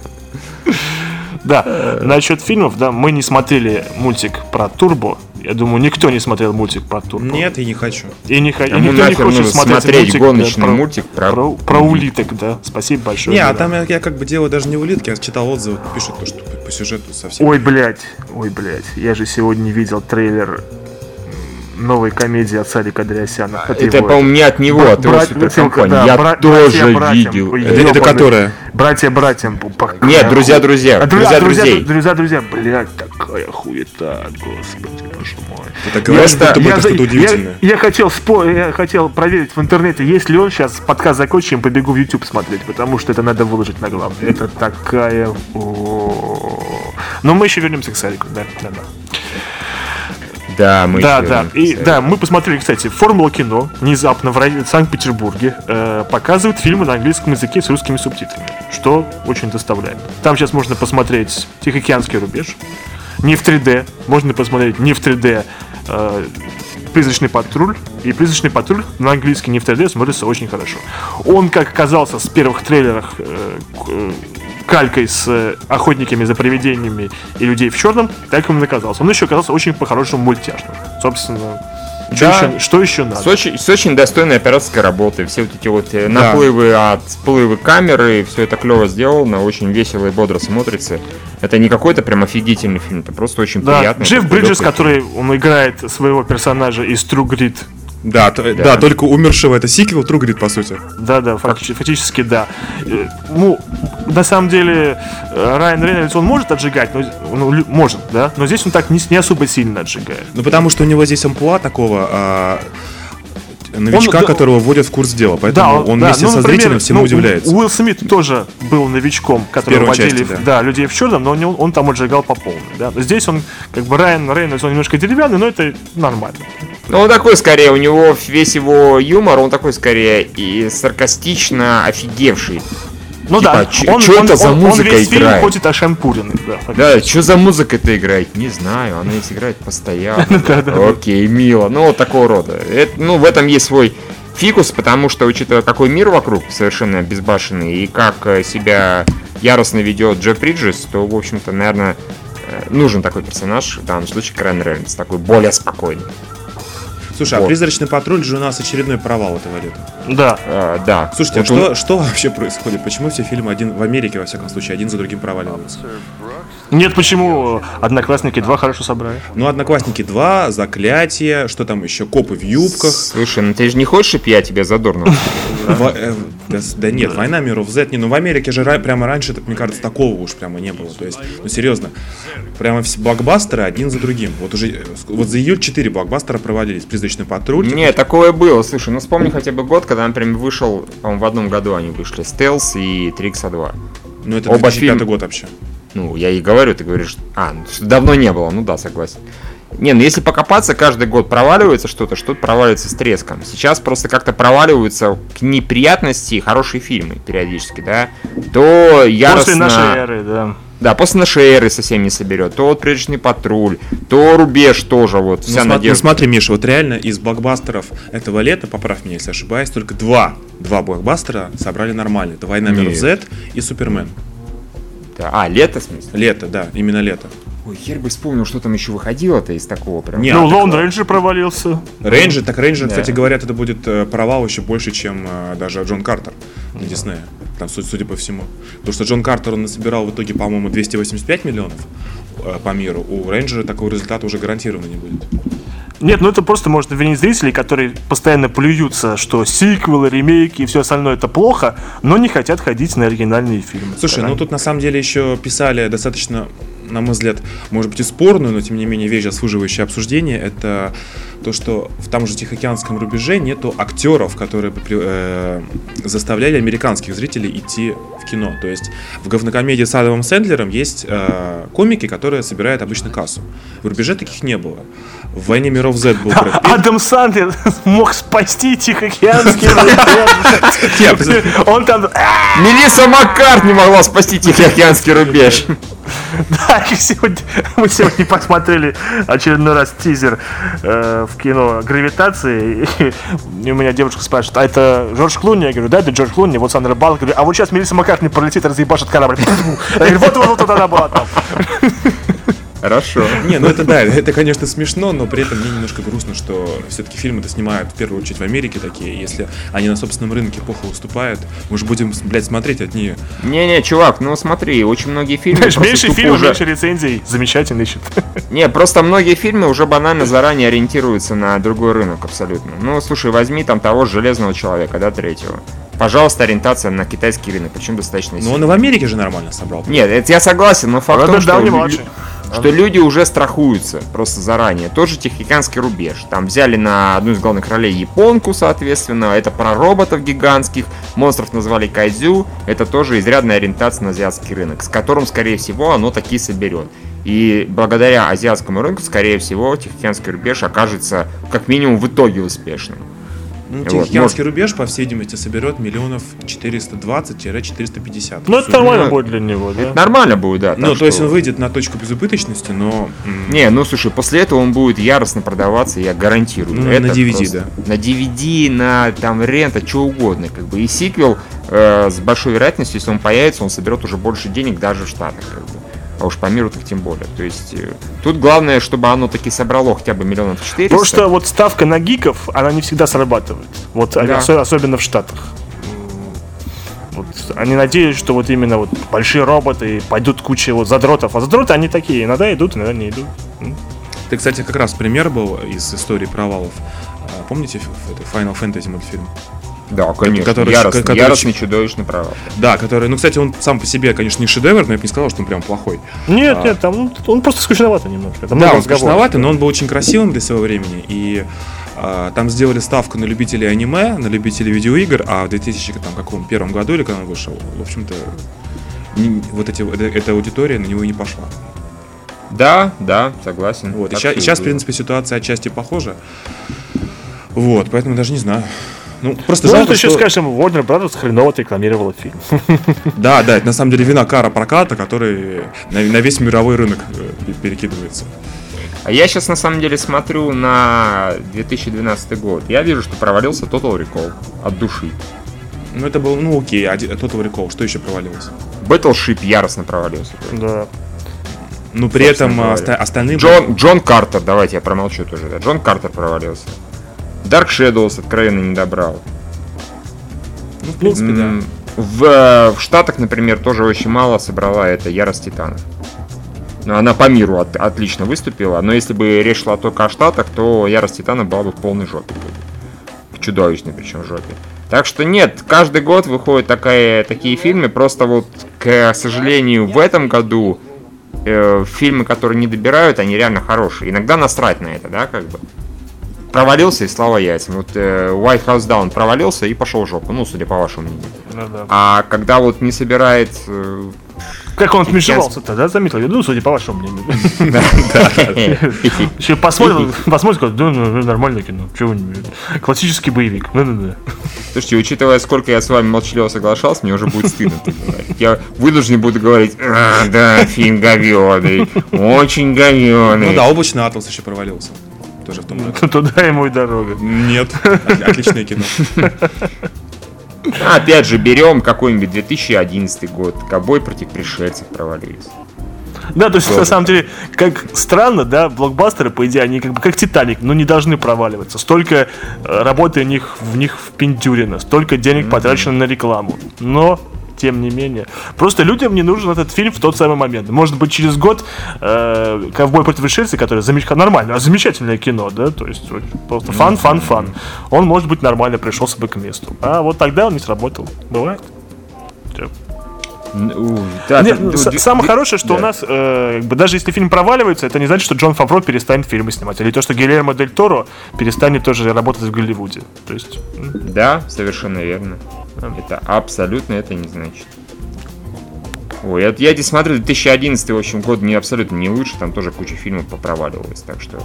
Да, насчет фильмов, да, мы не смотрели мультик про Турбо. Я думаю, никто не смотрел мультик про Турбо. Нет, и не хочу. И никто не хочет смотреть гоночный мультик про улиток, да. Спасибо большое. Не, а там я как бы делаю даже не улитки, я читал отзывы, пишут то, что по сюжету совсем. Ой, блядь, я же сегодня видел трейлер новой комедии от Сарика Андреасяна. Это, по-моему, не от него, от его суперкомпании. Да, я тоже видел. Это которая? Братья братьям. Нет, друзья. Друзья. Блядь, такая хуета, господи, боже мой. Ты так говоришь, будто бы это что-то удивительное. Я хотел проверить в интернете, есть ли он. Сейчас подкаст закончим, побегу в YouTube смотреть, потому что это надо выложить на главное. Это такая... Но мы еще вернемся к Сарику, да. Да, мы посмотрели, кстати, Формула кино внезапно в Санкт-Петербурге показывают фильмы на английском языке с русскими субтитрами, что очень доставляет. Там сейчас можно посмотреть Тихоокеанский рубеж, не в 3D, можно посмотреть не в 3D Призрачный патруль, и Призрачный патруль на английский не в 3D смотрится очень хорошо. Он, как оказался с первых трейлерах калькой с охотниками за привидениями и людей в черном, так он оказался. Он еще оказался очень по-хорошему мультяшным. Собственно, что еще надо? С очень достойной операторской работой. Все вот эти наплывы от всплывы камеры, все это клево сделано, очень весело и бодро смотрится. Это не какой-то прям офигительный фильм, это просто очень приятный. Джефф Бриджес, который он играет своего персонажа из True Grit. Да, только умершего. Это сиквел True Grit, по сути. Да, фактически да. На самом деле, Райан Рейнольдс, он может отжигать, может, да, но здесь он так не особо сильно отжигает. Потому что у него здесь амплуа такого новичка, которого вводят в курс дела, поэтому он вместе со зрителем всему удивляется. Уилл Смит тоже был новичком, которого вводили людей в черном, но он там отжигал по полной. Да. Здесь он, как бы Райан Рейнольдс, он немножко деревянный, но это нормально. Он такой скорее, у него весь его юмор, он такой скорее и саркастично офигевший. Что это за музыка весь играет? Фильм ходит ошампуренный, да, что за музыка-то играет? Не знаю, она здесь играет постоянно. Окей, мило. Вот такого рода. В этом есть свой фикус, потому что, учитывая, какой мир вокруг совершенно безбашенный, и как себя яростно ведет Джефф Бриджес, то, в общем-то, наверное, нужен такой персонаж, в данном случае Райан Рейнольдс, такой более спокойный. Слушай, а «Призрачный патруль» же у нас очередной провал этого лета. Да. Слушайте, что вообще происходит? Почему все фильмы в Америке, во всяком случае, один за другим проваливаются? Нет, почему? «Одноклассники 2» хорошо собрали. Ну, «Одноклассники 2», «Заклятие», что там еще, «Копы в юбках». Слушай, ну ты же не хочешь, чтобы я тебе задорно? Да нет, «Война миров Z», ну в Америке же прямо раньше, мне кажется, такого уж прямо не было. То есть, ну серьезно, прямо все блокбастеры один за другим. Вот уже, вот за июль 4 блокбастера проводились. «Призрачный патруль». Не, такое было. Слушай, ну вспомни хотя бы год, когда, например, вышел, по-моему, в одном году они вышли, «Стелс» и «Три икса 2». Ну это Оба 2005 год вообще. Ну, я и говорю, ты говоришь, что давно не было, ну да, согласен. Не, ну если покопаться, каждый год проваливается что-то проваливается с треском. Сейчас просто как-то проваливаются к неприятности хорошие фильмы периодически, да. То яростно... После нашей эры, да. Да, после нашей эры совсем не соберет. То вот «Призрачный патруль», то «Рубеж» тоже вот. Вся надежда. Ну смотри, Миша, вот реально из блокбастеров этого лета, поправь меня, если ошибаюсь, только два блокбастера собрали нормально. Это «Война миров Z» и «Супермен». Да. Лето, в смысле? Лето, да, именно лето. Ой, хер бы вспомнил, что там еще выходило-то из такого прям. Не, ну, «Лоун Рейнджер» провалился. Рейнджер, да. Кстати, говорят, это будет провал еще больше, чем даже «Джон Картер» на Диснея. Там, судя по всему. Потому что «Джон Картер» он насобирал в итоге, по-моему, 285 миллионов по миру. У «Рейнджера» такого результата уже гарантированно не будет. Нет, ну это просто может винить зрителей, которые постоянно плюются, что сиквелы, ремейки и все остальное это плохо, но не хотят ходить на оригинальные фильмы. Слушай, ну тут на самом деле еще писали достаточно, на мой взгляд, может быть и спорную, но тем не менее вещь, заслуживающая обсуждения. Это то, что в том же «Тихоокеанском рубеже» нету актеров, которые заставляли американских зрителей идти в кино. То есть в говнокомедии с Адамом Сэндлером есть комики, которые собирают обычно кассу. В «Рубеже» таких не было. В «Войне миров Z» был Брэд Питт. Адам Сэндлер мог спасти Тихоокеанский рубеж. Он там... Мелисса Маккартни могла спасти Тихоокеанский рубеж. Да, мы сегодня посмотрели очередной раз тизер в кино «Гравитации». И у меня девушка спрашивает, а это Джордж Клуни? Я говорю, да, это Джордж Клуни, вот Сандра Баллок. А вот сейчас Мелисса Маккартни пролетит, разъебашит корабль. Я говорю, вот она была там. Хорошо. Не, ну это да, это, конечно, смешно, но при этом мне немножко грустно, что все-таки фильмы-то снимают в первую очередь в Америке такие. Если они на собственном рынке плохо выступают, мы же будем, блядь, смотреть от них. Не-не, чувак, ну смотри, очень многие фильмы... Меньше фильмов, меньше рецензий, замечательный счет. Не, просто многие фильмы уже банально заранее ориентируются на другой рынок абсолютно. Ну, слушай, возьми там того же «Железного человека», да, третьего. Пожалуйста, ориентация на китайский рынок, причем достаточно сильно. Но он и в Америке же нормально собрал. Нет, это я согласен, но факт в том, что люди уже страхуются просто заранее. Тот же «Тихоокеанский рубеж». Там взяли на одну из главных ролей японку, соответственно. Это про роботов гигантских. Монстров назвали кайдзю. Это тоже изрядная ориентация на азиатский рынок, с которым, скорее всего, оно таки соберет. И благодаря азиатскому рынку, скорее всего, «Тихоокеанский рубеж» окажется как минимум в итоге успешным. Ну, «Тихоокеанский рубеж», по всей видимости, соберет 420-450. Ну, это нормально будет для него, да? Это нормально будет, да. Ну, то есть он выйдет на точку безубыточности, но... Не, ну, слушай, после этого он будет яростно продаваться, я гарантирую. Ну, это на DVD, просто... да. На DVD, на там рента, что угодно, как бы. И сиквел с большой вероятностью, если он появится, он соберет уже больше денег даже в Штатах, как бы. А уж по миру так тем более. То есть тут главное, чтобы оно таки собрало хотя бы 400 000. Потому что вот ставка на гиков, она не всегда срабатывает. Вот да. Особенно в Штатах. Вот, они надеются, что вот именно вот большие роботы, пойдут куча вот задротов. А задроты они такие, иногда идут, иногда не идут. Ты, кстати, как раз пример был из истории провалов. Помните Final Fantasy мультфильм? Да, конечно, яростный чудовищный провал. Да, который, ну, кстати, он сам по себе, конечно, не шедевр, но я бы не сказал, что он прям плохой. Нет, там он просто скучноватый немножко. Да, он скучноватый, но он был очень красивым для своего времени. И там сделали ставку на любителей аниме, на любителей видеоигр, а в 2001 году, или когда он вышел, в общем-то, эта аудитория на него и не пошла. Да, согласен. Вот, и сейчас, в принципе, ситуация отчасти похожа. Вот, поэтому даже не знаю. Ну, просто жалко, еще скажем, Warner Brothers хреново рекламировала фильм. Да, это на самом деле вина Кара проката, который на весь мировой рынок перекидывается. А я сейчас на самом деле смотрю на 2012 год. Я вижу, что провалился Total Recall от души. Ну это был, окей, Total Recall, что еще провалилось? Battleship яростно провалился. Да. Но при этом остальные... Джон Картер, давайте я промолчу тоже. Да. Джон Картер провалился. Dark Shadows откровенно не добрал. Ну, в принципе, да. В Штатах, например, тоже очень мало собрала это «Ярость Титанов». Ну, она по миру отлично выступила, но если бы речь шла только о Штатах, то «Ярость Титана» была бы в полной жопе. В чудовищной причем жопе. Так что нет, каждый год выходят такие фильмы, просто вот, к сожалению, в этом году фильмы, которые не добирают, они реально хорошие. Иногда насрать на это, да, как бы. Провалился и слава яйцам. Вот White House Down провалился и пошел в жопу, ну, судя по вашему мнению. Ну, да. А когда вот не собирает... Как он отмежевался-то, да, заметил? Ну, судя по вашему мнению. Еще посмотрим, да, нормальное кино. Классический боевик. Слушайте, учитывая, сколько я с вами молчаливо соглашался, мне уже будет стыдно. Я вынужден буду говорить, да, фильм говёный, очень говёный. Ну да, «Облачный атлас» еще провалился. Тоже в том году. Туда ему и дорога. Нет, отличное кино. Опять же, берем какой-нибудь 2011 год. «Ковбой против пришельцев» провалились. Да, то есть, на самом деле, как странно, да, блокбастеры, по идее, они как бы как «Титаник», но не должны проваливаться. Столько работы в них впендюрено, столько денег потрачено на рекламу. Но, тем не менее, просто людям не нужен этот фильм в тот самый момент. Может быть, через год «Ковбой против пришельцев», который нормально, замечательное кино, да, то есть просто фан. Он, может быть, нормально пришелся бы к месту. А вот тогда он не сработал. Бывает. Самое хорошее, что у нас, даже если фильм проваливается, это не значит, что Джон Фавро перестанет фильмы снимать. Или то, что Гильермо Дель Торо перестанет тоже работать в Голливуде. То есть... Да, совершенно верно. Это абсолютно это не значит. Ой, я здесь смотрю, 2011, в общем, год не абсолютно не лучше, там тоже куча фильмов попроваливалась, так что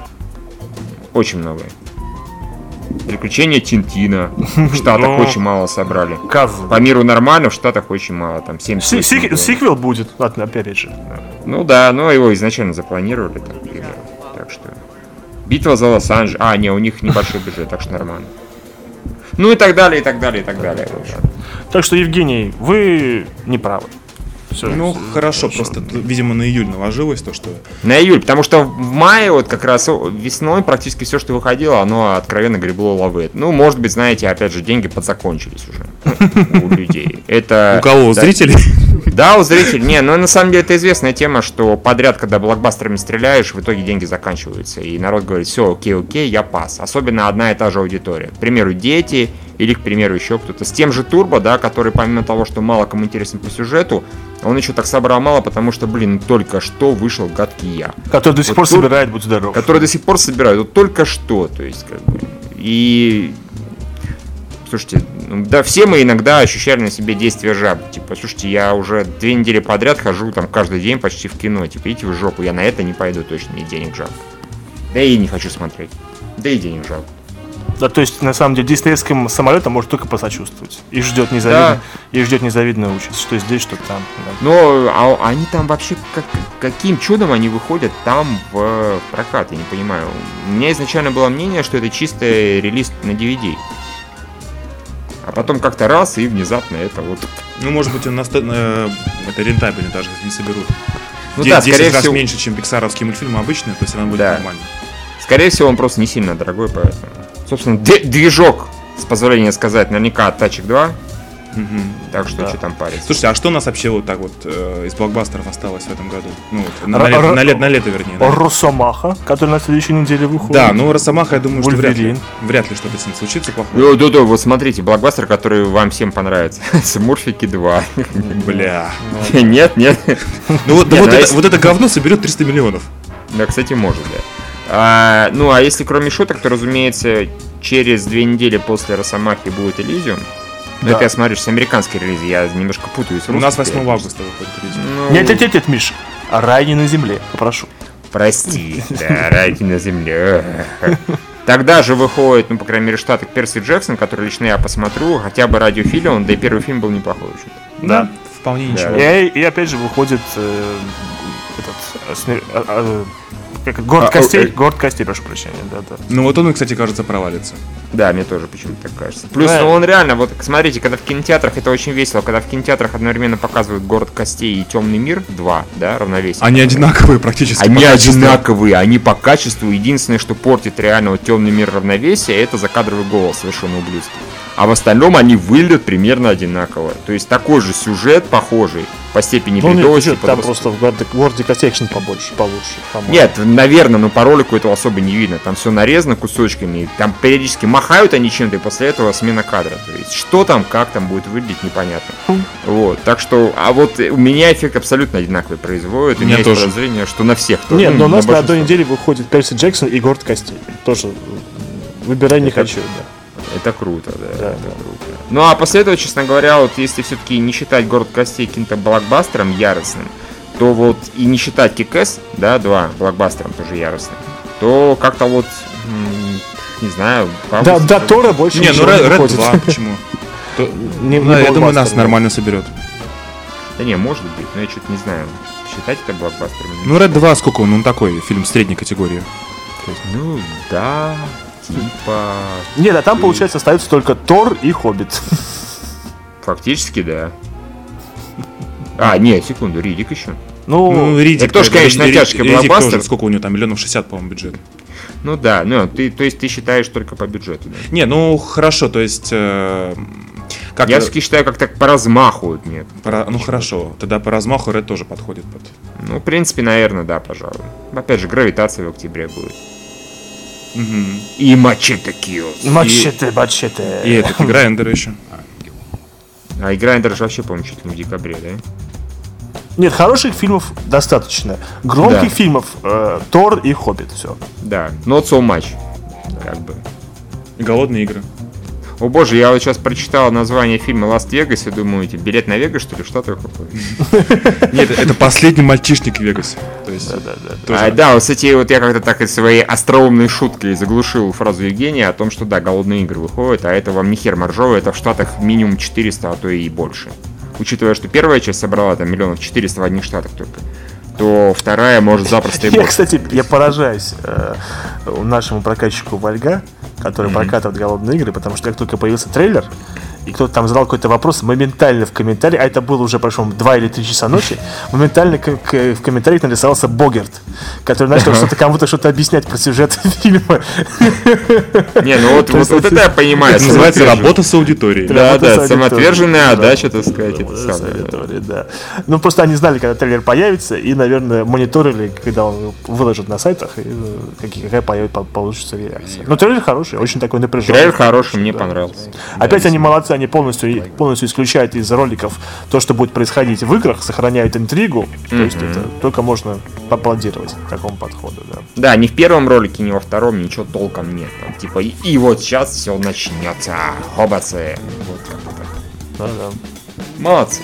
очень много. «Приключения Тинтина» в Штатах очень мало собрали. По миру нормально, в Штатах очень мало, там 70. Сиквел будет, опять же. Ну да, но его изначально запланировали, там, к примеру. Так что «Битва за Лос-Анджелес». У них небольшой бюджет, так что нормально. Ну и так далее, и так далее, и так далее. Так что, Евгений, вы не правы. Все, хорошо, просто, видимо, на июль наложилось то, что... На июль, потому что в мае, вот как раз весной, практически все, что выходило, оно откровенно гребло лавы. Ну, может быть, знаете, опять же, деньги подзакончились уже у людей. Это... У кого? У зрителей? Да, у зрителей. Не, ну на самом деле это известная тема, что подряд, когда блокбастерами стреляешь, в итоге деньги заканчиваются. И народ говорит, все, окей, я пас. Особенно одна и та же аудитория. К примеру, дети или, к примеру, еще кто-то. С тем же Турбо, да, который помимо того, что мало кому интересен по сюжету, он еще так собрал мало, потому что, только что вышел «Гадкий я». Который до сих пор собирает, будь здоров. Который до сих пор собирает, вот только что, то есть, как бы. И... Слушайте, да, все мы иногда ощущали на себе действие жабы. Типа, слушайте, я уже 2 недели подряд хожу там каждый день почти в кино. Типа, идите в жопу, я на это не пойду точно, и денег жалко. Да и не хочу смотреть. Да и денег жалко. Да, то есть, на самом деле, диснеевским самолетом может только посочувствовать. И ждет незавидная участь, что здесь, что там. Да. Но они там вообще, каким чудом они выходят там в прокат, я не понимаю. У меня изначально было мнение, что это чистый релиз на DVD. А потом как-то раз, и внезапно это вот... Ну, может быть, это рентабельно, даже если не соберут. Ну да, 10 раз меньше, чем пиксаровские мультфильмы обычные, то есть она будет нормально. Скорее всего, он просто не сильно дорогой, поэтому... Собственно, движок, с позволения сказать, наверняка от Тачек 2. Так что что там парить. Слушайте, а что у нас вообще вот так вот из блокбастеров осталось в этом году? Ну, вот, на лето, вернее. Росомаха, который на следующей неделе выходит. Да, ну Росомаха, я думаю, что вряд ли что-то с ним случится плохое. Да, вот смотрите, блокбастер, который вам всем понравится. Смурфики 2. Бля. Нет. Ну вот это говно соберет 300 миллионов. Да, кстати, может, да. А если кроме шуток, то, разумеется, через 2 недели после Росомахи будет Элизиум. Да. Это я смотрю, что американский релиз, я немножко путаюсь. У нас 8 августа выходит Элизиум. Нет, Миш, рай не на земле, попрошу. Прости, да, рай не на земле. Тогда же выходит, по крайней мере, Штатах Перси Джексон, который лично я посмотрю, хотя бы радиофилион, да и первый фильм был неплохой очень. Да, вполне ничего. И опять же выходит Город костей, прошу прощения, да. Ну вот он, кстати, кажется, провалится. Да, мне тоже почему-то так кажется. Плюс, он реально, вот смотрите, когда в кинотеатрах это очень весело, когда в кинотеатрах одновременно показывают «Город костей» и «Темный мир 2», да, равновесие. Они одинаковые практически. Они одинаковые, они по качеству. Единственное, что портит реально вот «Темный мир» равновесие, это закадровый голос совершенно ублюдский. а в остальном они выглядят примерно одинаково. То есть такой же сюжет, похожий по степени бредовости. Там просто в World Section получше, по-моему. Нет, наверное, но по ролику этого особо не видно. Там все нарезано кусочками, там периодически махают они чем-то, и после этого смена кадра. То есть что там, как там будет выглядеть, непонятно. Вот, так что, а вот у меня эффект абсолютно одинаковый производит. У меня есть подозрение, что на всех. Нет, но у нас на одной неделе выходит Перси Джексон и Горд Костей. Тоже выбирай не хочу, да. Это круто, да. Это круто. Ну а после этого, честно говоря, вот если все-таки не считать Город Костей каким-то блокбастером яростным, то вот и не считать Кик-Эс, да, 2 блокбастером тоже яростным, то как-то вот, не знаю... Да, Тора больше не выходит. Red 2, почему? Я думаю, нас нормально соберет. Да не, может быть, но я что-то не знаю. Считать это блокбастером? Ну, Red 2 сколько он? Он такой, фильм средней категории. Ну, да... Типа... Нет, а там, получается, остаются только Тор и Хоббит. Фактически, да. А, нет, секунду, Риддик еще. Ну Риддик. Это тоже, конечно, натяжка блокбастер. Сколько у него там, 60 миллионов, по-моему, бюджет. Ну да, ну, то есть ты считаешь только по бюджету, да? Не, ну, хорошо, то есть... Я все-таки считаю, как так по размаху. Нет. Ну хорошо, тогда по размаху Red тоже подходит под... Ну, в принципе, наверное, да, пожалуй. Опять же, гравитация в октябре будет. Угу. И Мачете Киллс. Мачете. И этот, и Грайндер еще. А и Грайндер же вообще, по-моему, чуть ли не в декабре, да? Нет, хороших фильмов достаточно. Громких фильмов Тор и Хоббит, все. Да, not so much. Как бы. И Голодные игры. О боже, я вот сейчас прочитал название фильма «Лас-Вегас» и думаю, билет на Вегас, что ли, в Штатах какой? Нет, это «Последний мальчишник в Вегасе». То есть, да, вот, кстати, вот я как-то так из своей остроумной шутки заглушил фразу Евгения о том, что да, «Голодные игры» выходят, а это вам не хер моржовый, это в Штатах минимум 400, а то и больше. Учитывая, что первая часть собрала там 400 000 в одних Штатах только, то вторая может запросто и больше. Кстати, я поражаюсь нашему прокатчику Вальга, который прокатывает «Голодные игры», потому что как только появился трейлер, и кто-то там задал какой-то вопрос, моментально в комментарии, а это было уже, по-моему, 2 или 3 часа ночи, моментально в комментариях нарисовался Богерт, который начал кому-то что-то объяснять про сюжет фильма. Не, ну вот это я понимаю. Это называется работа с аудиторией. Да, самоотверженная отдача, так сказать. Да. Ну, просто они знали, когда трейлер появится, и, наверное, мониторили, когда он выложит на сайтах, какая получится реакция. Но трейлер хороший, очень такой напряженный. Трейлер хороший, мне понравился. Опять они молодцы, они полностью исключают из роликов то, что будет происходить в играх, сохраняют интригу. То есть это только можно поаплодировать такому подходу. Да, ни в первом ролике, ни во втором ничего толком нет. Там, типа, и вот сейчас все начнется. Хоббасы. Вот как-то. Да. Молодцы.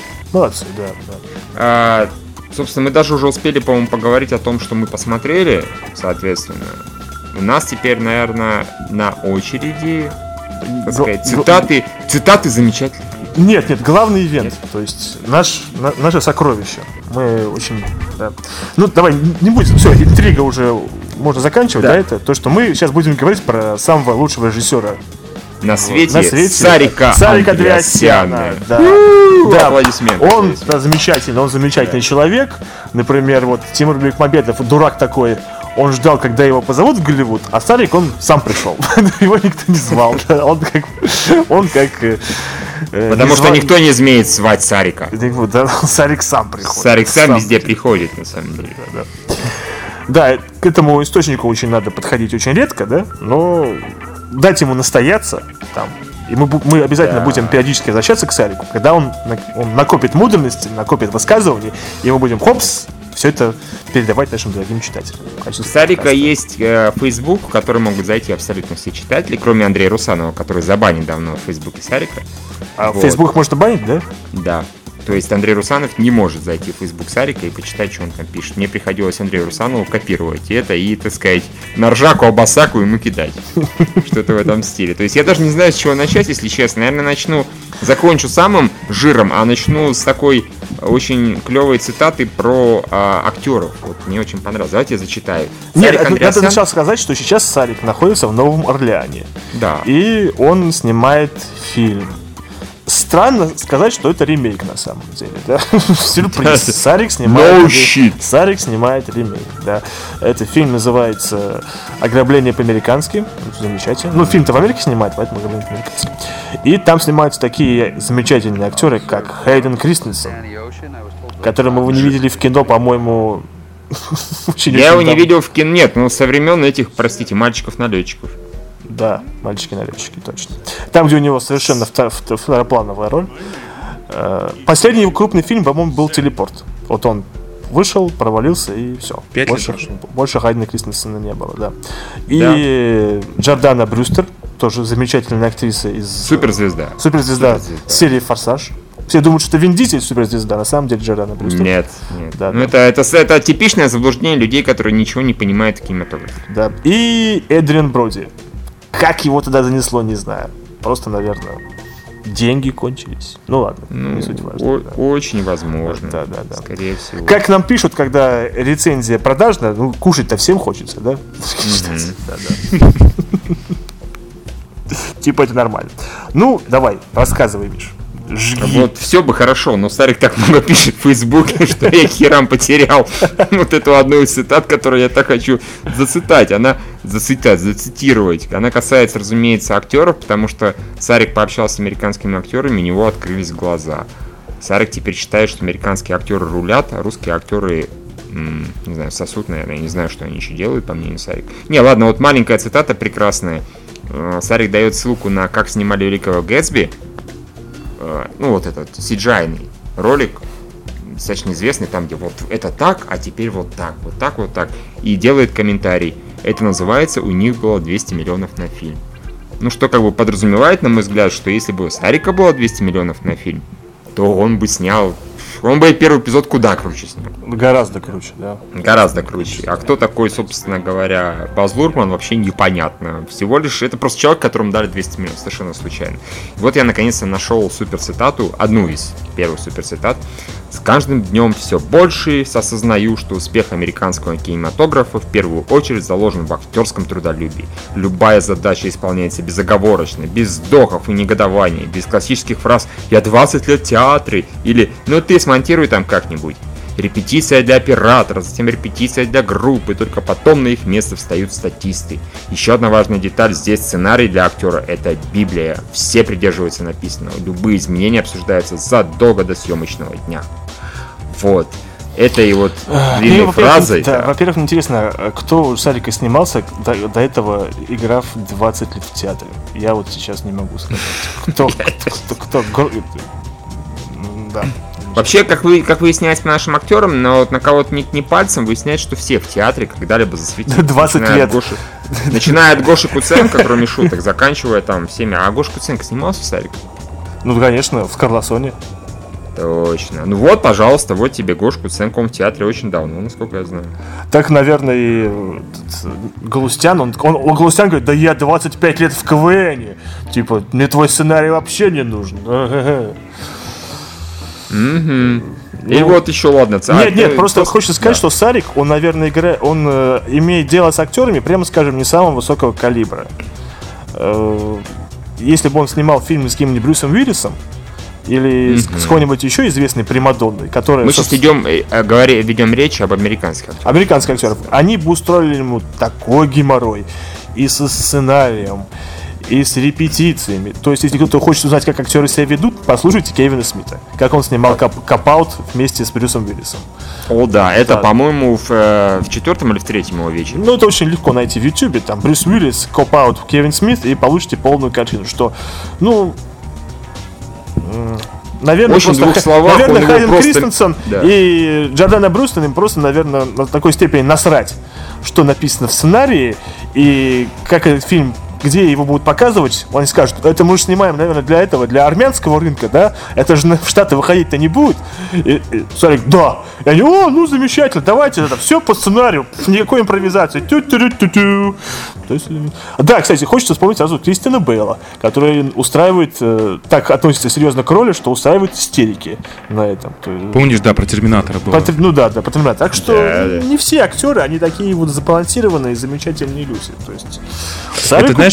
Да. Собственно, мы даже уже успели, по-моему, поговорить о том, что мы посмотрели, соответственно. У нас теперь, наверное, на очереди, так сказать, цитаты замечательные. Нет, главный ивент, то есть наше сокровище. Мы очень... Да. Ну, давай, не будем, все, интрига уже можно заканчивать, да, это то, что мы сейчас будем говорить про самого лучшего режиссера на свете. Сарика Андреасяна. Да. Аплодисменты. Он замечательный человек. Например, вот Тимур Бекмамбетов, дурак такой, он ждал, когда его позовут в Голливуд, а Сарик, он сам пришел. Его никто не звал. Он как... Потому что никто не смеет звать Сарика. Да, Сарик сам приходит. Сарик сам везде приходит, на самом деле. Да, к этому источнику очень надо подходить очень редко, да, но дать ему настояться там. И мы обязательно будем периодически возвращаться к Сарику, когда он накопит мудрости, накопит высказываний, и мы будем, все это передавать нашим дорогим читателям. У Сарика есть Facebook, в который могут зайти абсолютно все читатели, кроме Андрея Русанова, который забанен давно в Фейсбуке Сарика. А в Facebook можно банить, да? Да. То есть Андрей Русанов не может зайти в Facebook Сарика и почитать, что он там пишет. Мне приходилось Андрею Русанову копировать это и, так сказать, на ржаку, абасаку ему кидать. Что-то в этом стиле. То есть я даже не знаю, с чего начать, если честно. Наверное, закончу самым жиром, а начну с такой очень клевой цитаты про актеров. Вот мне очень понравилось. Давайте я зачитаю. Нет, я сначала сказать, что сейчас Сарик находится в Новом Орлеане. Да. И он снимает фильм странно сказать, что это ремейк на самом деле, да? Сюрприз. Сарик снимает ремейк, да. Этот фильм называется «Ограбление по-американски». Замечательно. Ну, фильм-то в Америке снимают, поэтому «Ограбление по-американски». И там снимаются такие замечательные актеры, как Хейден Кристенсен, которого мы не видели в кино, по-моему, я его не видел в кино, нет, ну, со времен этих, простите, мальчиков-налетчиков. Да, мальчики-налетчики, точно. Там, где у него совершенно второплановая роль. Последний его крупный фильм, по-моему, был «Телепорт». Вот он вышел, провалился и все. Больше Хайдена Кристенсена не было, да. И Джордана Брюстер, тоже замечательная актриса из... Суперзвезда серии «Форсаж». Все думают, что это Вин Дизель суперзвезда, на самом деле Джордана Брюстер. Нет. Да, ну, да. Это типичное заблуждение людей, которые ничего не понимают в кинематографе. Да. И Эдриан Броди. Как его туда занесло, не знаю. Просто, наверное, деньги кончились. Ну ладно, не суть важно. Очень возможно. Да. Скорее всего. Как нам пишут, когда рецензия продажная, ну, кушать-то всем хочется, да? Да. Типа это нормально. Ну, давай, рассказывай, Миш. Жги. Вот все бы хорошо, но Сарик так много пишет в Фейсбуке, что я херам потерял вот эту одну из цитат, которую я так хочу зацитировать. Она касается, разумеется, актеров, потому что Сарик пообщался с американскими актерами, у него открылись глаза. Сарик теперь считает, что американские актеры рулят, а русские актеры, не знаю, сосут, наверное, я не знаю, что они еще делают, по мнению Сарика. Не, ладно, вот маленькая цитата прекрасная. Сарик дает ссылку на «Как снимали Великого Гэтсби». Ну, вот этот CGI-ный ролик, достаточно известный, там, где вот это так, а теперь вот так, вот так, вот так. И делает комментарий. Это называется «У них было 200 миллионов на фильм». Ну, что как бы подразумевает, на мой взгляд, что если бы у Сарика было 200 миллионов на фильм, то он бы снял... Он бы первый эпизод куда круче снял. Гораздо круче, да. Гораздо круче. А кто такой, собственно говоря, Баз Лурман, вообще непонятно. Всего лишь это просто человек, которому дали 200 миллионов, совершенно случайно. И вот я наконец-то нашел суперцитату, одну из первых суперцитат. С каждым днем все больше осознаю, что успех американского кинематографа в первую очередь заложен в актерском трудолюбии. Любая задача исполняется безоговорочно, без вздохов и негодований, без классических фраз «Я 20 лет в театре» или «Ну ты смонтируй там как-нибудь». Репетиция для оператора, затем репетиция для группы, только потом на их место встают статисты. Еще одна важная деталь, здесь сценарий для актера – это Библия. Все придерживаются написанного, любые изменения обсуждаются задолго до съемочного дня. Вот. Это и вот длинной фразой. Да, во-первых, интересно, кто у Сарика снимался до этого, играв 20 лет в театре? Я вот сейчас не могу сказать. Кто? Да. Вообще, как выясняется по нашим актерам, но вот на кого-то не пальцем, выясняется, что все в театре когда-либо засветились. 20 лет. Начиная от Гоши Куценко, кроме шуток, заканчивая там всеми. А Гоша Куценко снимался в Сарике? Ну, конечно, в «Карлосоне». Точно. Ну вот, пожалуйста, вот тебе Гоша Куценко, он в театре очень давно, насколько я знаю. Так, наверное, и Галустян, он Галустян говорит, да я 25 лет в КВНе. Типа, мне твой сценарий вообще не нужен. И вот еще, ладно. Нет, просто хочется сказать, что Сарик, он, наверное, он имеет дело с актерами, прямо скажем, не самого высокого калибра. Если бы он снимал фильм с кем-нибудь Брюсом Уиллисом или с какой-нибудь еще известной примадонной, которая... Мы сейчас ведем речь об американских актерах. Американских актеров. Они бы устроили ему такой геморрой и со сценарием, и с репетициями. То есть, если кто-то хочет узнать, как актеры себя ведут, послушайте Кевина Смита. Как он снимал «Кап-аут» вместе с Брюсом Уиллисом. О, да, это, по-моему, в 4-м или в 3-м его вечере. Ну, это очень легко найти в Ютубе. Там Брюс Уиллис, «Кап-аут», Кевин Смит, и получите полную картину. Что, ну... Наверное, очень просто, двух словах, наверное, Хайден просто... Кристенсен и Джордана Брюстер им просто, наверное, на такой степени насрать, что написано в сценарии и как этот фильм, где его будут показывать, они скажут, это мы же снимаем, наверное, для этого, для армянского рынка, да? Это же в Штаты выходить-то не будет. И Сарик, да. И они, ну замечательно, давайте это все по сценарию, никакой импровизации. Тю-тю-тю-тю. То есть, да, кстати, хочется вспомнить сразу Кристиана Бейла, который устраивает, так относится серьезно к роли, что устраивает истерики на этом. Помнишь, да, про Терминатора было? Ну да, про Терминатора. Так что не все актеры, они такие вот забалансированные, замечательные люди. То есть, это, знаешь,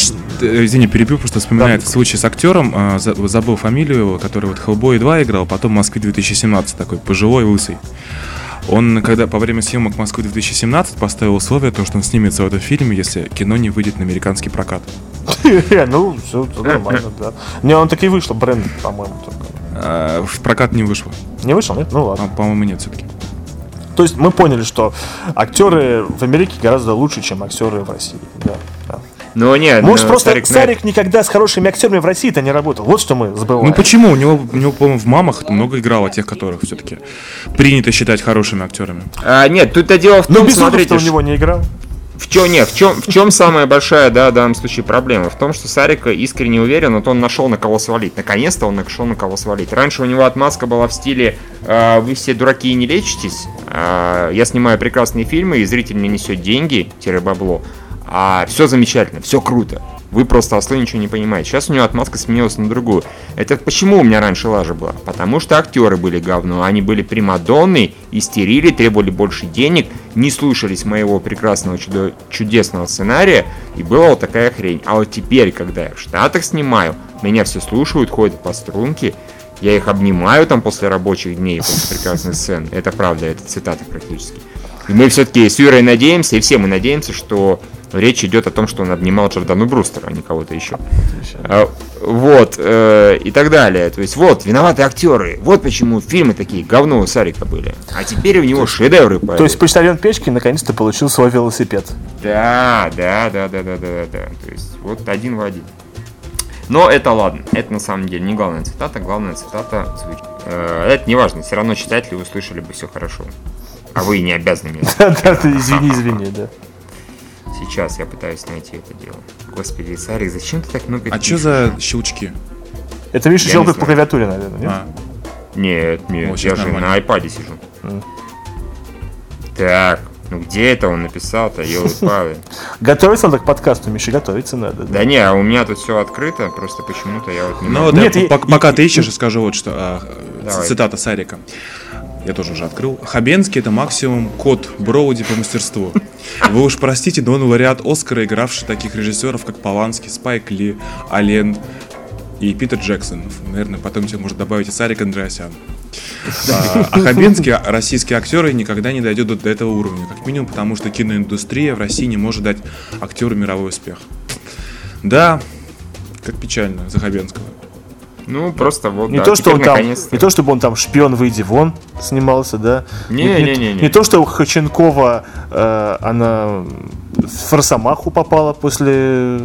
знаешь, извини, перебью, просто вспоминаю этот случай с актером, забыл фамилию, который вот Hellboy 2 играл, потом в Москве 2017, такой пожилой, лысый. Он, когда во время съемок Москвы 2017 поставил условие, то, что он снимется в этом фильме, если кино не выйдет на американский прокат. Ну, все нормально, да. Не, он таки вышел, бренд, по-моему, только. В прокат не вышло. Не вышел, нет? Ну ладно. По-моему, нет все-таки. То есть мы поняли, что актеры в Америке гораздо лучше, чем актеры в России. Да. Ну нет, может, просто Сарик никогда с хорошими актерами в России-то не работал. Вот что мы забываем. Ну почему? У него по-моему, в «Мамах» много играло тех, которых все-таки принято считать хорошими актерами. Нет, тут-то дело в том, смотрите, у него не играл. В чем самая большая, да, в данном случае проблема? В том, что Сарик искренне уверен, вот он нашел на кого свалить. Наконец-то он нашел на кого свалить. Раньше у него отмазка была в стиле «Вы все дураки и не лечитесь, я снимаю прекрасные фильмы, и зритель мне несет деньги-бабло, все замечательно, все круто. Вы просто ослы, ничего не понимаете». Сейчас у него отмазка сменилась на другую. Это почему у меня раньше лажа была? Потому что актеры были говно. Они были примадонны, истерили, требовали больше денег, не слушались моего прекрасного, чудесного сценария, и была вот такая хрень. А вот теперь, когда я в Штатах снимаю, меня все слушают, ходят по струнке, я их обнимаю там после рабочих дней, после прекрасных сцен. Это правда, это цитата практически. И мы все-таки с Юрой надеемся, и все мы надеемся, что речь идет о том, что он обнимал Джордану Брустера, а не кого-то еще. И так далее. То есть, виноваты актеры. Вот почему фильмы такие говно у Сарика были. А теперь у него шедевры появились. То есть, почтальон Печкин наконец-то получил свой велосипед. Да. То есть, вот один в один. Но это ладно. Это на самом деле не главная цитата. Главная цитата звучит. Это не важно. Все равно читатели услышали бы все хорошо. А вы не обязаны мне. Да, извини, да. Сейчас я пытаюсь найти это дело. Господи, Сарик, зачем ты так много пишешь? А что за щелчки? Это Миша щелкает по клавиатуре, наверное, нет? Нет, я же на iPad сижу. Так, где это он написал-то, ёлы-палы? Готовится надо к подкасту, Миша, готовиться надо. Да не, у меня тут все открыто, просто почему-то я вот не могу. Пока ты ищешь, скажу вот что. Цитата Сарика. Я тоже уже открыл. Хабенский — это максимум кот Броуди по мастерству. Вы уж простите, но он лауреат Оскара, игравший таких режиссеров, как Полански, Спайк Ли, Ален и Питер Джексон. Наверное, потом тебе может добавить и Сарик Андреасян. А Хабенский, российский актер, никогда не дойдет до этого уровня. Как минимум, потому что киноиндустрия в России не может дать актеру мировой успех. Да, как печально за Хабенского. Ну, просто вот, не то, что он там, не то, чтобы он там «Шпион, выйди вон» снимался, да? Не то, что Ходченкова, она в «Форсамаху» попала после...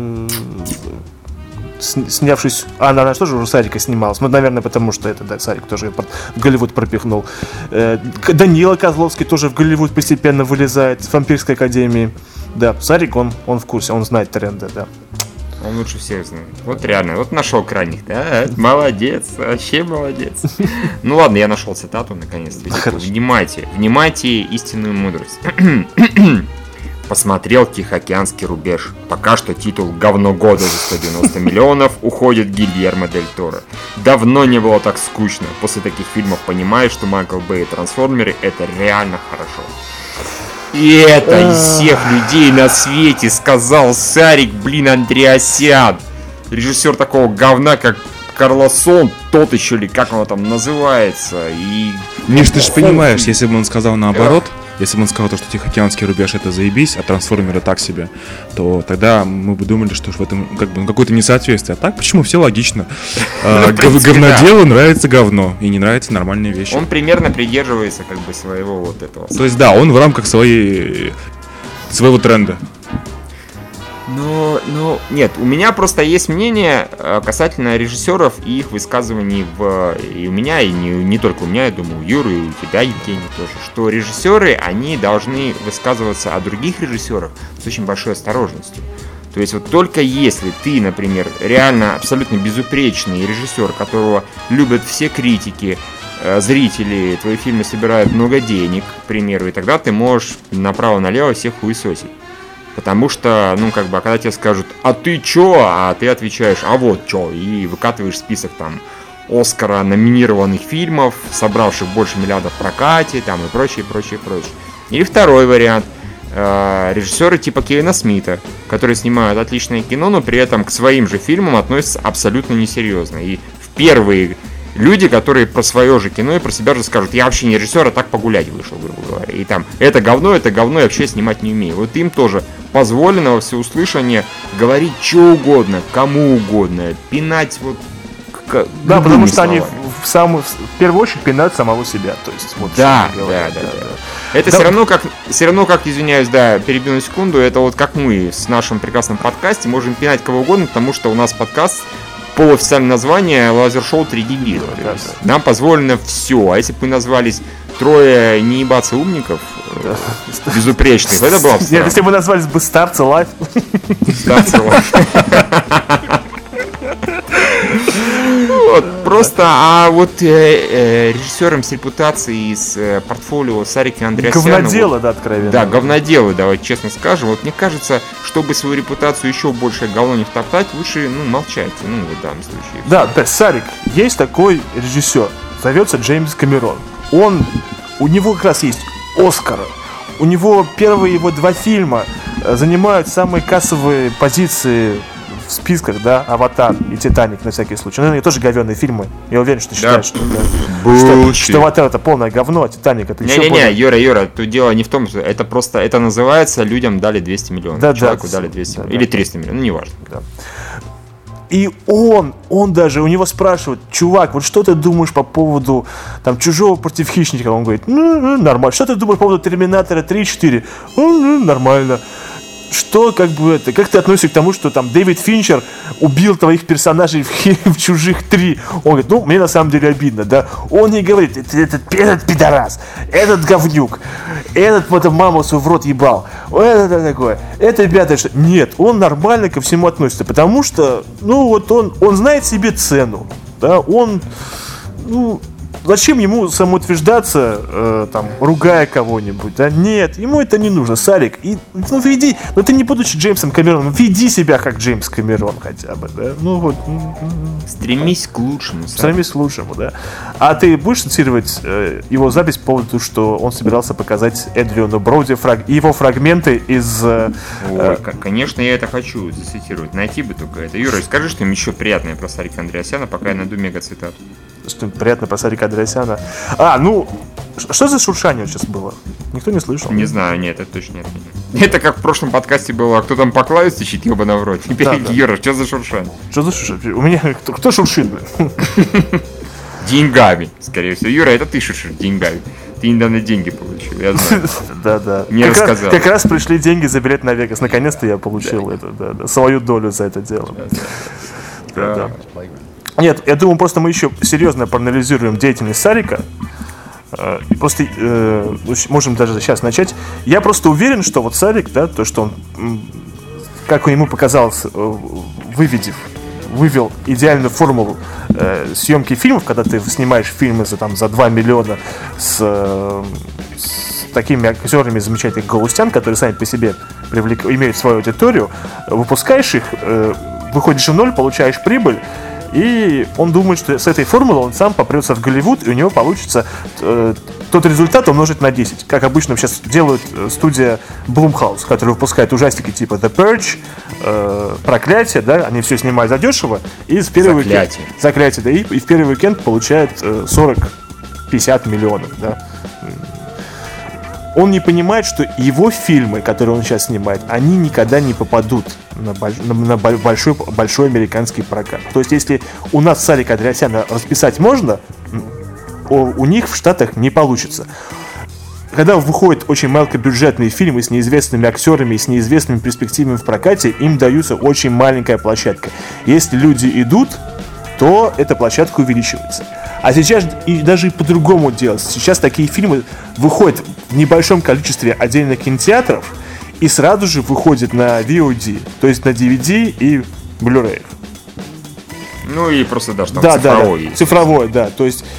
снявшись... Она тоже уже Сарика снималась. Ну, наверное, потому что это, да, Сарик тоже в Голливуд пропихнул. Данила Козловский тоже в Голливуд постепенно вылезает с «Вампирской академии». Да, Сарик, он в курсе, он знает тренды, да. Он лучше всех знает. Вот реально, вот нашел крайних, да? Молодец, вообще молодец. Ну ладно, я нашел цитату наконец-то. Внимайте истинную мудрость. Посмотрел «Тихоокеанский рубеж». Пока что титул «Говно года» за 190 миллионов уходит Гильермо Дель Торо. Давно не было так скучно. После таких фильмов понимаешь, что Майкл Бэй и «Трансформеры» — это реально хорошо. И это из всех людей на свете сказал Сарик, Андреасян. Режиссер такого говна, как Карлосон, тот еще ли, как он там называется. И... Миш, ты же понимаешь, если бы он сказал наоборот, если бы он сказал, что Тихоокеанский рубеж это заебись, а трансформеры так себе, то тогда мы бы думали, что в этом как бы какое-то несоответствие. А так почему? Все логично. Говноделу нравится говно, и не нравятся нормальные вещи. Он примерно придерживается как бы своего вот этого. То есть да, он в рамках своего тренда. Ну, нет, у меня просто есть мнение касательно режиссеров и их высказываний и у меня, и не только у меня, я думаю, у Юры, и у тебя, Евгений, тоже, что режиссеры, они должны высказываться о других режиссерах с очень большой осторожностью. То есть вот только если ты, например, реально абсолютно безупречный режиссер, которого любят все критики, зрители, твои фильмы собирают много денег, к примеру, и тогда ты можешь направо-налево всех хуесосить. Потому что, когда тебе скажут, а ты чё? А ты отвечаешь, а вот чё? И выкатываешь список там Оскара номинированных фильмов, собравших больше миллиардов в прокате, там и прочее. И второй вариант. режиссеры типа Кевина Смита, которые снимают отличное кино, но при этом к своим же фильмам относятся абсолютно несерьезно. И первые люди, которые про свое же кино и про себя же скажут: я вообще не режиссер, а так погулять вышел, грубо говоря. И там, это говно, я вообще снимать не умею. Вот им тоже позволено во всеуслышание говорить что угодно, кому угодно, пинать вот... Да, потому что они в первую очередь пинают самого себя. То есть, вот, да. Это все равно, как, извиняюсь, да, перебью на секунду, это вот как мы с нашим прекрасным подкасте можем пинать кого угодно, потому что у нас подкаст, полуофициальное название «Лазер-шоу 3 дебила». Нам позволено все. А если бы мы назвались «Трое не ебаться умников», безупречных, это было бы странно. Нет, если бы мы назвались бы «Старцы Лайф». «Старцы Лайф». Вот, просто, а вот режиссером с репутацией, с портфолио Сарика Андреасяна... Говноделы, вот, да, откровенно. Да, говноделы, давайте честно скажем. Вот мне кажется, чтобы свою репутацию еще больше говно не втоптать, лучше, молчать, в данном случае. Да, Сарик, есть такой режиссер, зовется Джеймс Кэмерон. У него как раз есть Оскар. У него первые его 2 фильма занимают самые кассовые позиции в списках, да, «Аватар» и «Титаник», на всякий случай. Ну, это тоже говёные фильмы. Я уверен, что считаешь, что «Аватар» это полное говно, а «Титаник» это еще более... Юра, тут дело не в том, что это просто, это называется, людям дали 200 миллионов. Да, человеку дали 200 миллионов. Или 300 миллионов, неважно. Да. И он даже, у него спрашивают: чувак, вот что ты думаешь по поводу там «Чужого против хищника»? Он говорит: нормально. Что ты думаешь по поводу «Терминатора 3-4»? Нормально. Что, как ты относишься к тому, что там Дэвид Финчер убил твоих персонажей в «Чужих 3»? Он говорит: мне на самом деле обидно, да. Он не говорит: этот пидорас, этот говнюк, этот потом маму свою в рот ебал, это такое, это пятое, что... Нет, он нормально ко всему относится, потому что, он знает себе цену, да, зачем ему самоутверждаться, ругая кого-нибудь, да? Нет, ему это не нужно, Сарик. Ты не будучи Джеймсом Кэмероном, веди себя как Джеймс Кэмерон хотя бы, да? Стремись к лучшему, Сарик. Стремись к лучшему, да. А ты будешь цитировать его запись по поводу того, что он собирался показать Эдриану Броуди его фрагменты из... Конечно, я это хочу зацитировать. Найти бы только это. Юра, скажи что-нибудь еще приятное про Сарика Андреасяна, пока я найду мега-цитату. Что-нибудь приятное про Сарика Андреасяна. Что за шуршание сейчас было? Никто не слышал? Не знаю, нет, это точно нет. Это как в прошлом подкасте было: кто там по клаве стучит, ебаный в рот. Теперь, да. Юра, что за шуршание? Что за шуршание? У меня... Кто шуршит, блин? Деньгами, скорее всего. Юра, это ты шуршишь деньгами. Ты недавно деньги получил, я знаю. Да. Мне рассказал. Как раз пришли деньги за билет на Вегас. Наконец-то я получил свою долю за это дело. Да. Нет, я думаю, просто мы еще серьезно проанализируем деятельность Сарика. Просто можем даже сейчас начать. Я просто уверен, что вот Сарик, да, то, что он, как ему показалось, вывел идеальную формулу съемки фильмов, когда ты снимаешь фильмы за 2 миллиона с такими актерами замечательных галустян, которые сами по себе имеют свою аудиторию, выпускаешь их, выходишь в ноль, получаешь прибыль. И он думает, что с этой формулой он сам попрется в Голливуд, и у него получится тот результат умножить на 10. Как обычно сейчас делает студия Blumhouse, которая выпускает ужастики типа The Purge, Проклятие, да, они все снимают задешево, и в первый Заклятие, да, и в первый уикенд получает 40-50 миллионов, да. Он не понимает, что его фильмы, которые он сейчас снимает, они никогда не попадут на большой американский прокат. То есть, если у нас Сарика Андреасяна расписать можно, у них в Штатах не получится. Когда выходят очень мелкобюджетные фильмы с неизвестными актерами и с неизвестными перспективами в прокате, им дается очень маленькая площадка. Если люди идут, то эта площадка увеличивается. А сейчас и даже по-другому делать. Сейчас такие фильмы выходят в небольшом количестве отдельных кинотеатров и сразу же выходят на VOD, то есть на DVD и Blu-ray. И просто даже там цифровой. Да, цифровой, да. То есть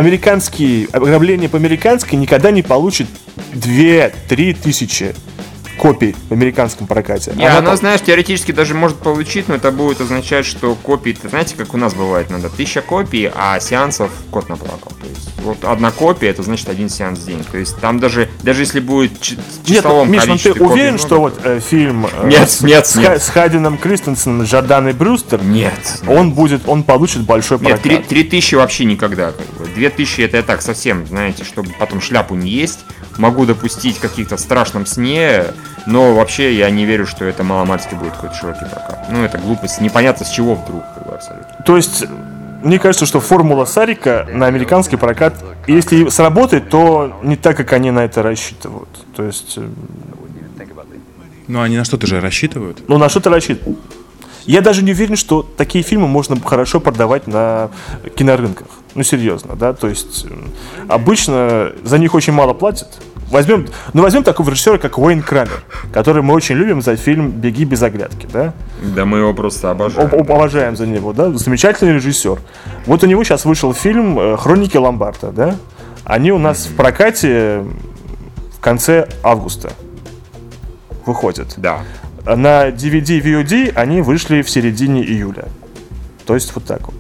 ограбление по-американски никогда не получит 2-3 тысячи копий в американском прокате. Она, знаешь, теоретически даже может получить, но это будет означать, что копий, знаете, как у нас бывает, надо 1000 копий, а сеансов кот наплакал. То есть вот одна копия, это значит один сеанс в день. То есть там даже если будет в числовом Миш, количестве ты уверен, много, что вот фильм с Хайденом Кристенсеном, Джорданой Брюстер, он получит большой прокат? Нет, 3000 вообще никогда. 2000 это я так совсем, знаете, чтобы потом шляпу не есть. Могу допустить каких-то в страшном сне, но вообще я не верю, что это маломальски будет какой-то широкий прокат. Ну, это глупость. Непонятно, с чего вдруг. Абсолютно. То есть, мне кажется, что формула Сарика на американский прокат, если сработает, то не так, как они на это рассчитывают. То есть... Ну, они на что-то же рассчитывают. Ну, на что-то рассчитывают. Я даже не уверен, что такие фильмы можно хорошо продавать на кинорынках. Ну, серьезно, да, то есть обычно за них очень мало платят. Возьмем такого режиссера, как Уэйн Крамер, который мы очень любим за фильм «Беги без оглядки», да? Да мы его просто обожаем. Обожаем за него, да, замечательный режиссер. Вот у него сейчас вышел фильм «Хроники Ломбарда», да? Они у нас в прокате в конце августа выходят. Да. На DVD, VOD они вышли в середине июля. То есть вот так вот.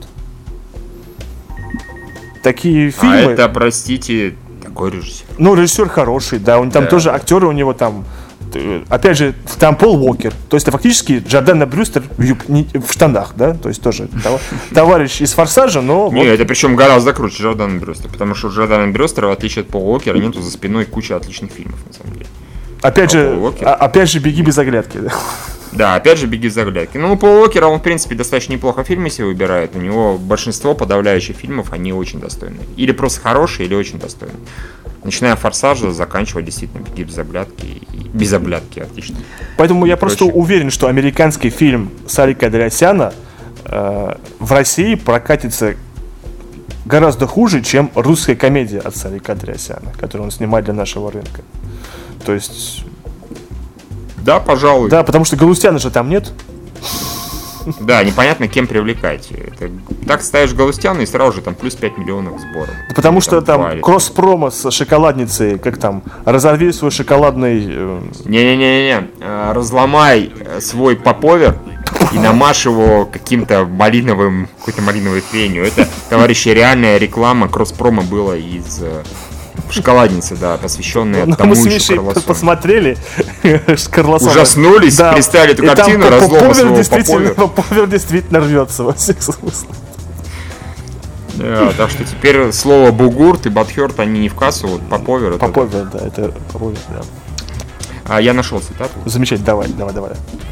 Такие фильмы... А это, простите, такой режиссер. Ну, режиссер хороший, да. Там тоже актеры у него там... Опять же, там Пол Уокер. То есть это фактически Джордана Брюстер в штанах, да? То есть тоже товарищ из «Форсажа», но... Не, это причем гораздо круче Джордана Брюстера. Потому что у Джордана Брюстера, в отличие от Пола Уокера, нету за спиной куча отличных фильмов, на самом деле. Опять же, «Беги без оглядки». Да, опять же, «Беги без оглядки». Ну, у Пола Уокера, он, в принципе, достаточно неплохо фильмы себе выбирает. У него большинство подавляющих фильмов, они очень достойные. Или просто хорошие, или очень достойные. Начиная от «Форсажа», заканчивая действительно «Беги без оглядки». И без оглядки, отлично. Поэтому я просто уверен, что американский фильм Сарика Андреасяна в России прокатится гораздо хуже, чем русская комедия от Сарика Андреасяна, которую он снимает для нашего рынка. То есть... Да, пожалуй. Да, потому что Галустяна же там нет. Да, непонятно, кем привлекать. Это, так ставишь Галустяна и сразу же там плюс 5 миллионов сборов. Да потому что там кросс-промо с шоколадницей, как там, разорви свой шоколадный... Не-не-не-не, разломай свой поповер и намажь его каким-то какой-то малиновой хренью. Это, товарищи, реальная реклама кросс-промо была из... Шоколадница, да, посвященная тому еще Карлосону. Посмотрели Карлосона. Ужаснулись, да. Представили эту картину, разлома своего поповер. Поповер действительно рвется во всех смыслах. Да, так что теперь слово бугурт и батхерт, они не в кассу, вот поповер. Поповер, да, это поповер, да. А я нашел цитату. Замечательно, давай.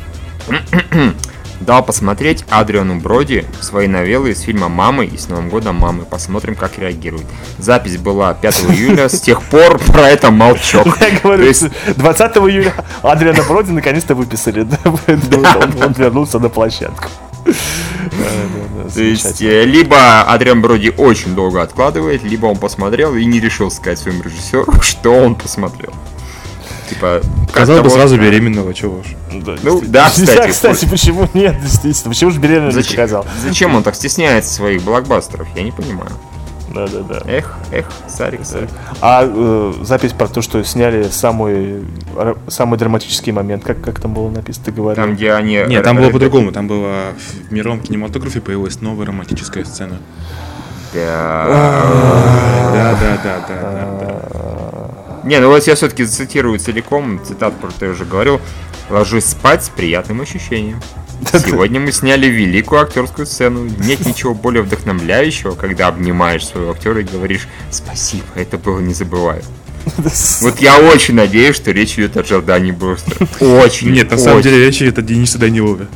Дал посмотреть Адриану Броди свои новеллы из фильма «Мамы» и с Новым годом мамы. Посмотрим, как реагирует. Запись была 5 июля, с тех пор про это молчок. Я говорю, 20 июля Адриана Броди наконец-то выписали. Он вернулся на площадку. То есть, либо Адриан Броди очень долго откладывает, либо он посмотрел и не решил сказать своему режиссеру, что он посмотрел. Типа, сказал бы сразу беременного, чего уж. Ну, да, кстати, почему нет, действительно, почему же беременного не сказал? Зачем он так стесняется своих блокбастеров, я не понимаю. Да. Эх, Сарик. А запись про то, что сняли самый драматический момент, как там было написано, ты говорил? Там, где они... Нет, там было по-другому, там было в мировом кинематографе появилась новая романтическая сцена. Да. Не, ну вот я все-таки зацитирую целиком, цитату, про которую я уже говорил. Ложусь спать с приятным ощущением. Сегодня мы сняли великую актерскую сцену. Нет ничего более вдохновляющего, когда обнимаешь своего актера и говоришь: спасибо, это было незабываемо. Вот я очень надеюсь, что речь идет о Джордане Брюстере. Очень. Нет, на самом деле речь идет о Денисе Данилове.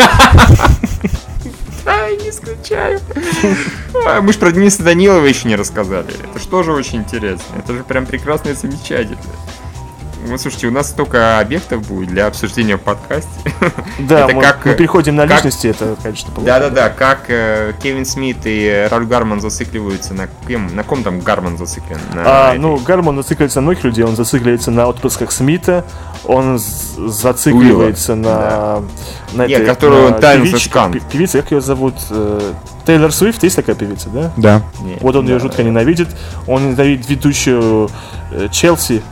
Ай, не скучаю. Мы же про Дениса Данилова еще не рассказали. Это же тоже очень интересно. Это же прям прекрасно и замечательно. Ну, слушайте, у нас столько объектов будет для обсуждения в подкасте. Да, мы переходим на личности, это, конечно, получается. Да, как Кевин Смит и Ральф Гарман зацикливаются на ком там Гарман зациклен? Гарман зацикливается на многих людей. Он зацикливается на отпрысках Смита, он зацикливается на которую Таймс Скан. Певица, как ее зовут? Тейлор Свифт, есть такая певица, да? Да. Вот он ее жутко ненавидит. Он ненавидит ведущую Челси,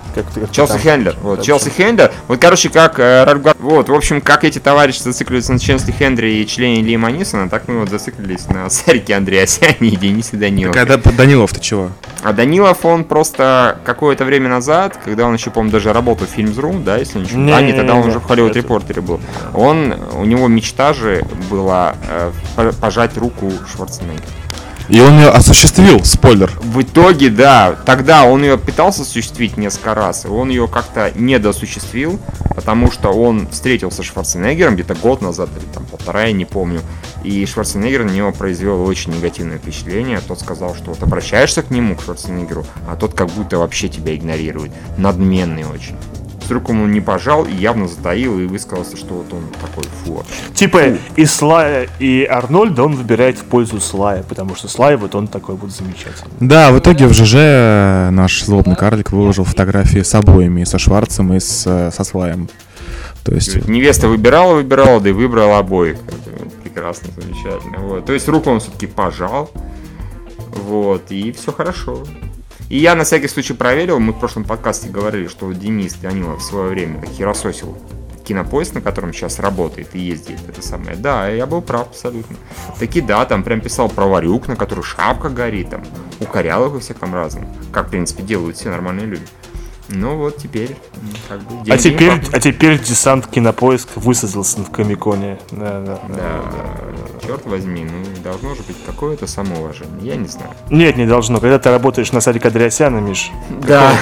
Челси Хендлер. Вот, Челси Хендлер. Вот, короче, как вот, в общем, как эти товарищи зациклились на Челси Хендлере и члене Лиама Нисона, так мы вот зациклились на Сарике Андреасяне и Денисе Данилове. Так, Данилов-то чего? А Данилов, он просто какое-то время назад, когда он еще, по-моему, даже работал в Films.ru, да, если ничего. Нет, тогда он уже в Hollywood Reporter был. У него мечта же была пожать руку Шварценеггеру. И он ее осуществил, спойлер. В итоге, да, тогда он ее пытался осуществить несколько раз, и он ее как-то недоосуществил, потому что он встретился с Шварценеггером где-то год назад, или там полтора, я не помню, и Шварценеггер на него произвел очень негативное впечатление. Тот сказал, что вот обращаешься к нему, к Шварценеггеру, а тот как будто вообще тебя игнорирует. Надменный очень. Вдруг он не пожал и явно затаил и высказался, что вот он такой фу вообще. Типа и Слая, и Арнольда он выбирает в пользу Слая, потому что Слай вот он такой будет замечательный. Да, в итоге в ЖЖ наш злобный карлик выложил фотографии с обоими, и со Шварцем, и со Слаем. То есть... Невеста выбирала, да и выбрала обоих. Прекрасно, замечательно. Вот. То есть руку он все-таки пожал. Вот, и все хорошо. И я на всякий случай проверил, мы в прошлом подкасте говорили, что Денис Данилов в свое время херососил Кинопоиск, на котором сейчас работает и ездит, это самое. Да, я был прав абсолютно. Таки да, там прям писал про Варюк, на которой шапка горит, там, укорял их во всяком разном. Как, в принципе, делают все нормальные люди. Ну вот теперь, как бы... теперь десант Кинопоиск высадился в Комиконе. Да. Черт возьми, должно же быть какое-то самоуважение, я не знаю. Нет, не должно. Когда ты работаешь на Сарике Андреасяна, Миш, да.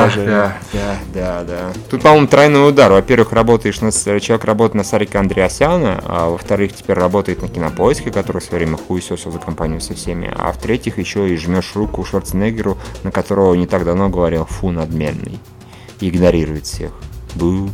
Тут, по-моему, тройной удар. Во-первых, человек работает на Сарике Андреасяна, а во-вторых, теперь работает на Кинопоиске, который в свое время хуесосил за компанию со всеми, а в-третьих, еще и жмешь руку Шварценеггеру, на которого не так давно говорил «фу, надменный». Игнорирует всех. Бу.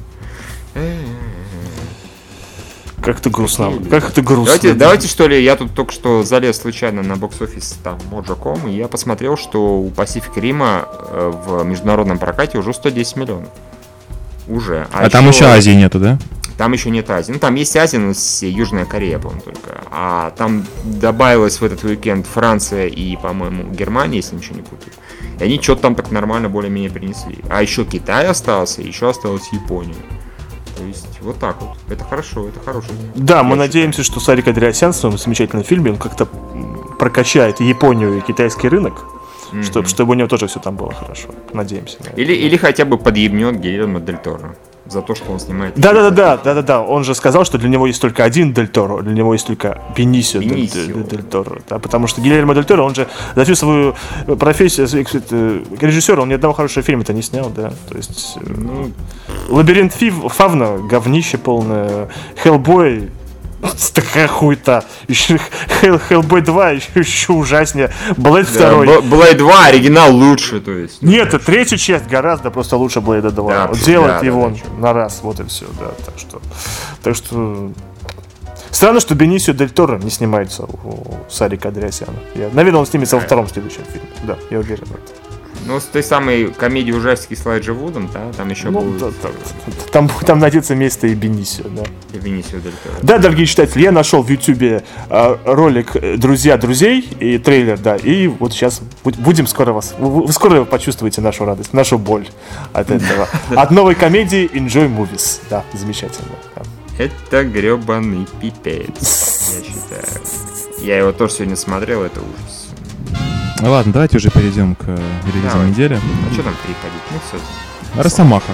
Как ты грустно. Давайте, что ли, я тут только что залез случайно на бокс-офис там Mojo.com, и я посмотрел, что у Pacific Rim в международном прокате уже 110 миллионов. Уже. А там еще Азии нету, да? Там еще нет Азии. Ну, там есть Азия, но Южная Корея, по-моему, только. А там добавилась в этот уикенд Франция и, по-моему, Германия, если ничего не путаю. И они что-то там так нормально более-менее принесли. А еще Китай остался, и еще осталась Япония. То есть, вот так вот. Это хорошо, это хорошо. Да, мы надеемся, что Сарик Андреасян в своем замечательном фильме, он как-то прокачает Японию и китайский рынок, чтобы у него тоже все там было хорошо. Надеемся. Или хотя бы подъебнет Гильермо Дель Торо за то, что он снимает. Да. Он же сказал, что для него есть только один Дель Торо, для него есть только Бенисио Дель Торо. Да, потому что Гильермо Дель Торо, он же за всю свою профессию режиссера, он ни одного хорошего фильма-то не снял, да. То есть Лабиринт Фавна, говнище полное, Хеллбой, такая хуйта. Hellboy 2 еще ужаснее. Blade 2. Blade 2 оригинал лучше, то есть. Нет, третья часть гораздо просто лучше Blade 2. Да, делает его на раз, вот и все, да. Так что странно, что Бенисио Дель Торо не снимается у Сарика Андреасяна. Наверное, он снимется во втором следующем фильме. Да, я уверен в этом. Ну, с той самой комедией ужастики с Элайджа Вудом, да, там еще будет... Там найдется место и Бенисио, да. И Бенисио Дель Торо. Да, дорогие читатели, я нашел в Ютубе ролик «Друзья друзей» и трейлер, да, и вот сейчас будем скоро вы скоро почувствуете нашу радость, нашу боль от этого. От новой комедии Enjoy Movies, да, замечательно. Это гребаный пипец, я считаю. Я его тоже сегодня смотрел, это ужас. Ну ладно, давайте уже перейдем к релизам недели. А что там переходить? Ну, все. Росомаха.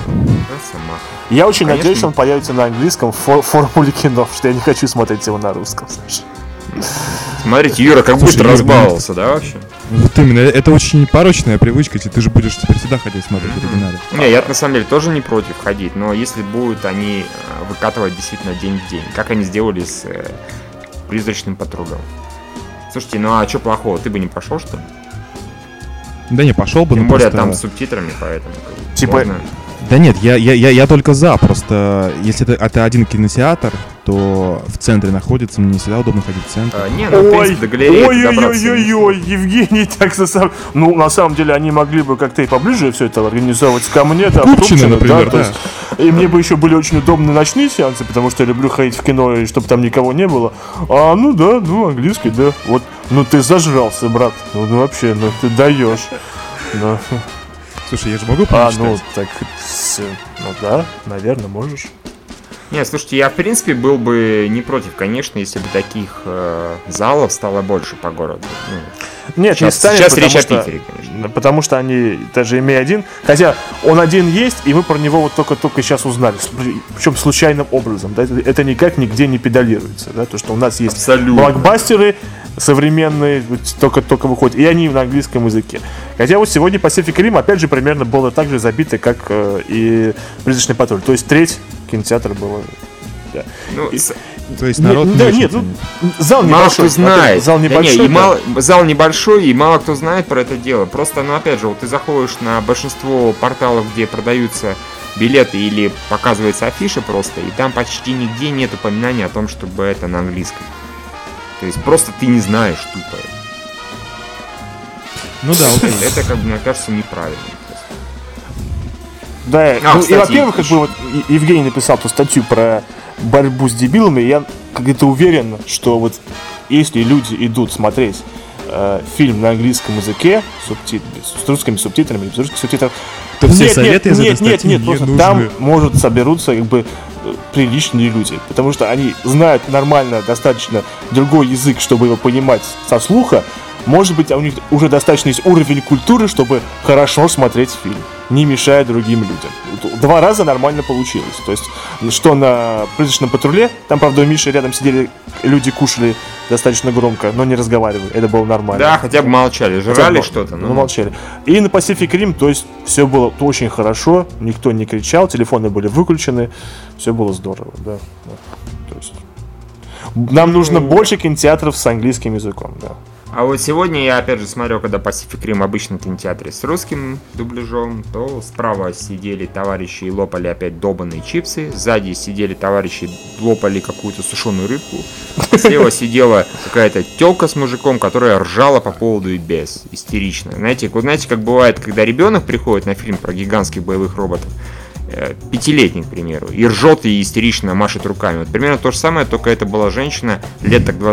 Я очень надеюсь, что он появится на английском в формуле кино, что я не хочу смотреть его на русском. Смотрите, Юра как будто разбаловался, да, вообще? Вот именно, это очень порочная привычка, ты же будешь теперь всегда ходить смотреть оригиналы. Не, я на самом деле тоже не против ходить, но если будут они выкатывать действительно день в день, как они сделали с «Призрачным патрулем». Слушайте, ну а что плохого? Ты бы не пошел, что ли? Да не, пошел бы. Тем более там с субтитрами, поэтому... Типа... Да нет, я только за, просто если это один кинотеатр, то в центре находится, мне не всегда удобно ходить в центр. Ой, Евгений, так ну, на самом деле, они могли бы как-то и поближе все это организовать ко мне, да, в Тупчино, например, да. И мне бы еще были очень удобные ночные сеансы, потому что я люблю ходить в кино, и чтобы там никого не было. Английский, да, вот, ну ты зажрался, брат, ну вообще, ну ты даешь, Слушай, я же могу ну, так, ну да, наверное, можешь. Не, слушайте, я в принципе был бы не против, конечно, если бы таких залов стало больше по городу. Нет, сейчас, не станет, сейчас речь о что, Питере, конечно. Потому что они даже имея один, хотя он один есть, и мы про него вот только сейчас узнали, причем случайным образом, да, это никак нигде не педалируется, да, то, что у нас есть блокбастеры современные, только выходят, и они на английском языке. Хотя вот сегодня Pacific Rim, опять же, примерно было так же забито, как и «Призрачный патруль», то есть треть кинотеатра было. Да. Ну, то есть народ зал мало небольшой, кто знает. Зал небольшой, зал небольшой, и мало кто знает про это дело. Просто, опять же, вот ты заходишь на большинство порталов, где продаются билеты или показывается афиша просто, и там почти нигде нет упоминания о том, чтобы это на английском. То есть просто ты не знаешь тупо. Ну да, окей. Это, как бы, мне кажется, неправильно. Да, кстати, и во-первых, как бы вот Евгений написал ту статью про борьбу с дебилами, я как-то уверен, что вот если люди идут смотреть фильм на английском языке с русскими субтитрами, без русских субтитров, то все советы из этой статьи нет, просто нужны. там может соберутся как бы приличные люди, потому что они знают нормально достаточно другой язык, чтобы его понимать со слуха. Может быть, у них уже достаточно есть уровень культуры, чтобы хорошо смотреть фильм, не мешая другим людям. 2 раза нормально получилось. То есть, что на «Призрачном патруле», там, правда, у Миши рядом сидели, люди кушали достаточно громко, но не разговаривали. Это было нормально. Да, хотя бы молчали, жрали что-то. Ну, молчали. И на Pacific Rim, то есть, все было очень хорошо, никто не кричал, телефоны были выключены, все было здорово, да. То есть, нам нужно больше кинотеатров с английским языком, да. А вот сегодня я опять же смотрел, когда Pacific Rim в обычном кинотеатре с русским дубляжом, то справа сидели товарищи и лопали опять долбаные чипсы, сзади сидели товарищи, лопали какую-то сушеную рыбку, слева сидела какая-то тёлка с мужиком, которая ржала по поводу и без, истерично. Знаете, как бывает, когда ребенок приходит на фильм про гигантских боевых роботов, 5-летний, к примеру, и ржет и истерично машет руками. Вот примерно то же самое, только это была женщина лет так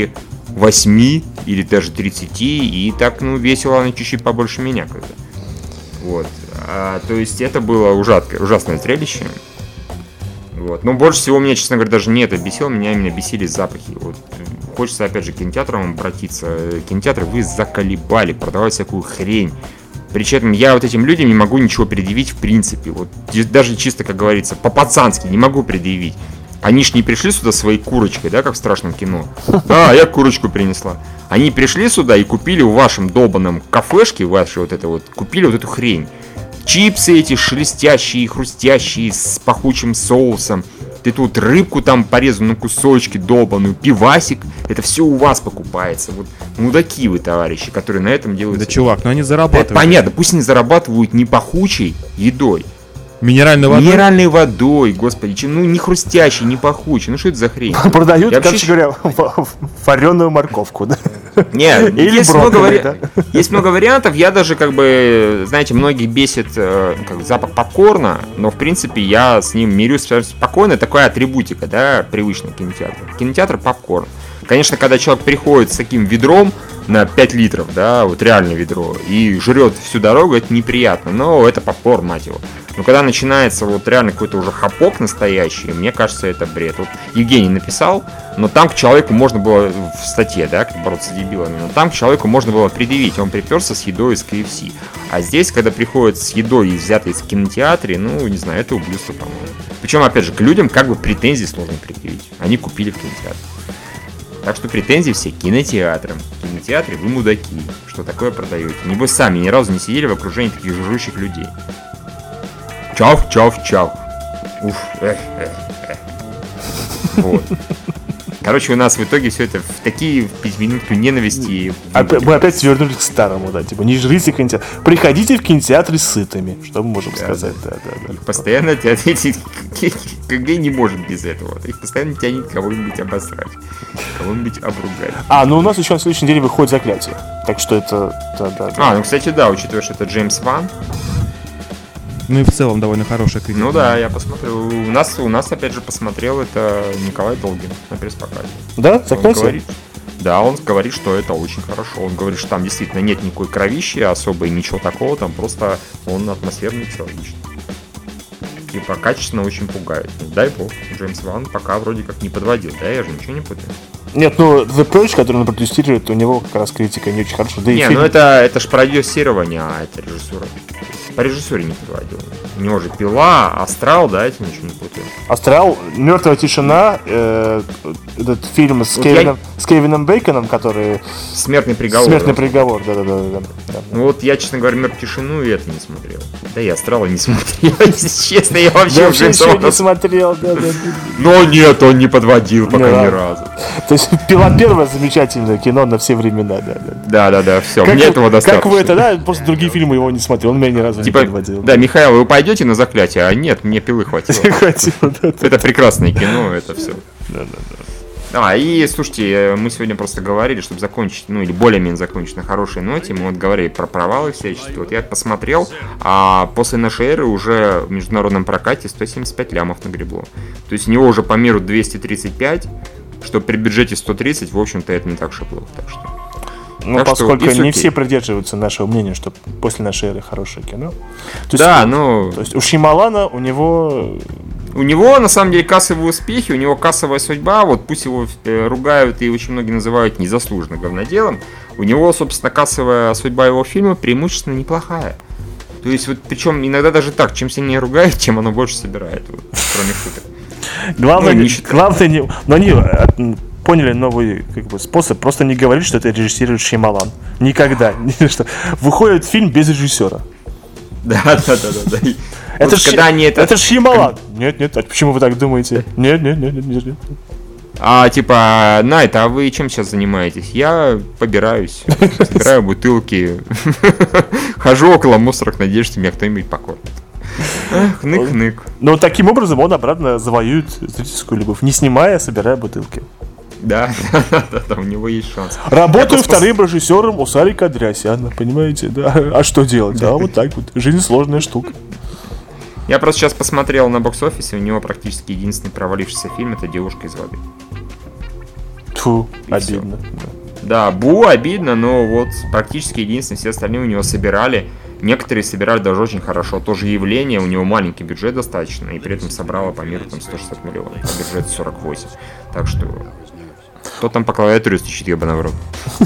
28 или даже 30, и так, весело она чуть-чуть побольше меня когда. Вот. То есть это было ужасное зрелище. Вот. Но больше всего меня, честно говоря, даже не это бесило, меня именно бесили запахи. Вот. Хочется, опять же, к кинотеатрам обратиться. Кинотеатры вы заколебали продавать всякую хрень. Причем я вот этим людям не могу ничего предъявить в принципе. Вот даже чисто, как говорится, по-пацански не могу предъявить. Они ж не пришли сюда своей курочкой, да, как в страшном кино. Я курочку принесла. Они пришли сюда и купили в вашем долбанном кафешке, купили вот эту хрень. Чипсы эти шелестящие, хрустящие, с пахучим соусом. Ты тут рыбку там порезанную на кусочки долбаную, пивасик. Это все у вас покупается. Вот мудаки вы, товарищи, которые на этом делают. Да, чувак, но они зарабатывают. Это понятно, пусть они зарабатывают не пахучей едой. Минеральной водой, господи, не хрустящий, не пахучий, что это за хрень? Продают, короче говоря, вареную морковку, да? Нет, есть много вариантов, я даже, знаете, многих бесит запах попкорна, но, в принципе, я с ним мирюсь спокойно, такая атрибутика, да, привычная к кинотеатру. Кинотеатр — попкорн. Конечно, когда человек приходит с таким ведром на 5 литров, да, вот реальное ведро, и жрет всю дорогу, это неприятно, но это попкорн, мать его. Но когда начинается вот реально какой-то уже хапок настоящий, мне кажется, это бред. Вот Евгений написал, но там к человеку можно было в статье, да, как бороться с дебилами, но там к человеку можно было предъявить, он приперся с едой из KFC. А здесь, когда приходит с едой, взятой из кинотеатре, не знаю, это ублюдство, по-моему. Причем, опять же, к людям претензии сложно предъявить. Они купили в кинотеатре. Так что претензии все к кинотеатрам. В кинотеатре вы мудаки, что такое продаете. Небось сами ни разу не сидели в окружении таких жрущих людей. Чав. Уф, Вот. Короче, у нас в итоге все это в такие 5 минутку ненависти. Мы опять вернулись к старому, да, не жрите в кинотеатр. Приходите в кинотеатры сытыми, что мы можем сказать, да. Их постоянно тянет, когда не может без этого. Их постоянно тянет кого-нибудь обосрать, кого-нибудь обругать. У нас еще на следующей неделе выходит «Заклятие». Так что это, да. Кстати, да, учитывая, что это Джеймс Ван. Ну и в целом довольно хорошая критика. Ну да, я посмотрел. У нас опять же посмотрел это Николай Долгин на пресс-показе. Да? «Заклятие»? Да, он говорит, что это очень хорошо. Он говорит, что там действительно нет никакой кровищи особой, ничего такого, там просто он атмосферный, человечный. Типа, качественно очень пугает. Дай бог, Джеймс Ван пока вроде как не подводил, да, я же ничего не путаю. Нет, ну, The Purge, который он протестирует, у него как раз критика не очень хорошо. Да и не, фильм... ну это ж продюсирование, а это режиссура. По режиссуре не подводил. У него же Пила, Астрал, да, этим ничего не путаю. Астрал, Мертвая тишина, этот фильм с Кевином Бейконом, который... Смертный приговор. Смертный приговор, да. Ну вот я, честно говоря, Мертвую тишину и это не смотрел. Да и Астрала не смотрел, если честно, я вообще уже не смотрел, да. Но нет, он не подводил пока ни разу. То есть Пила первое замечательное кино на все времена, да. Да, все, мне этого достаточно. Как вы это, да, просто другие фильмы его не смотрел, он меня ни разу не подводил. Да, Михаил, вы пойдете на заклятие, а нет, мне Пилы хватило. Это прекрасное кино, это все. Да. И слушайте, мы сегодня просто говорили, чтобы закончить, ну или более-менее закончить на хорошей ноте, мы вот говорили про провалы всяческие. Вот я посмотрел, а после нашей эры уже в международном прокате 175 лямов нагребло. То есть у него уже по миру 235, что при бюджете 130, в общем-то, это не так уж и плохо. Так что... Ну, так поскольку не все придерживаются нашего мнения, что после нашей эры хорошее кино. То да, есть, ну... То есть у Шьямалана, у него... У него, на самом деле, кассовые успехи, у него кассовая судьба, вот пусть его ругают и очень многие называют незаслуженно говноделом, у него, собственно, кассовая судьба его фильма преимущественно неплохая. То есть, вот, причем иногда даже так, чем сильнее ругают, тем оно больше собирает, вот, кроме шуток. Главное, но они поняли новый способ, просто не говорить, что это режиссирует Шьямалан. Никогда. Выходит фильм без режиссера. Да. Это ж Шьямалан. Нет, а почему вы так думаете? Нет. А типа, Найт, а вы чем сейчас занимаетесь? Я побираюсь, собираю бутылки, хожу около мусорок, надеюсь, что меня кто-нибудь покормит. Хнык-хнык. Но таким образом он обратно завоюет зрительскую любовь, не снимая, а собирая бутылки. Да, у него есть шанс. Работаю вторым режиссером у Сарика Андреасяна, понимаете, да? А что делать? А вот так вот. Жизнь сложная штука. Я просто сейчас посмотрел на бокс-офисе, у него практически единственный провалившийся фильм — это «Девушка из воды». Фу, обидно. Да, обидно, но вот практически единственный, все остальные у него собирали. Некоторые собирали даже очень хорошо. Тоже явление, у него маленький бюджет достаточно, и при этом собрало по миру там 160 миллионов, а бюджет 48. Так что... Кто там по клавиатуре стучит, ебаный в рот?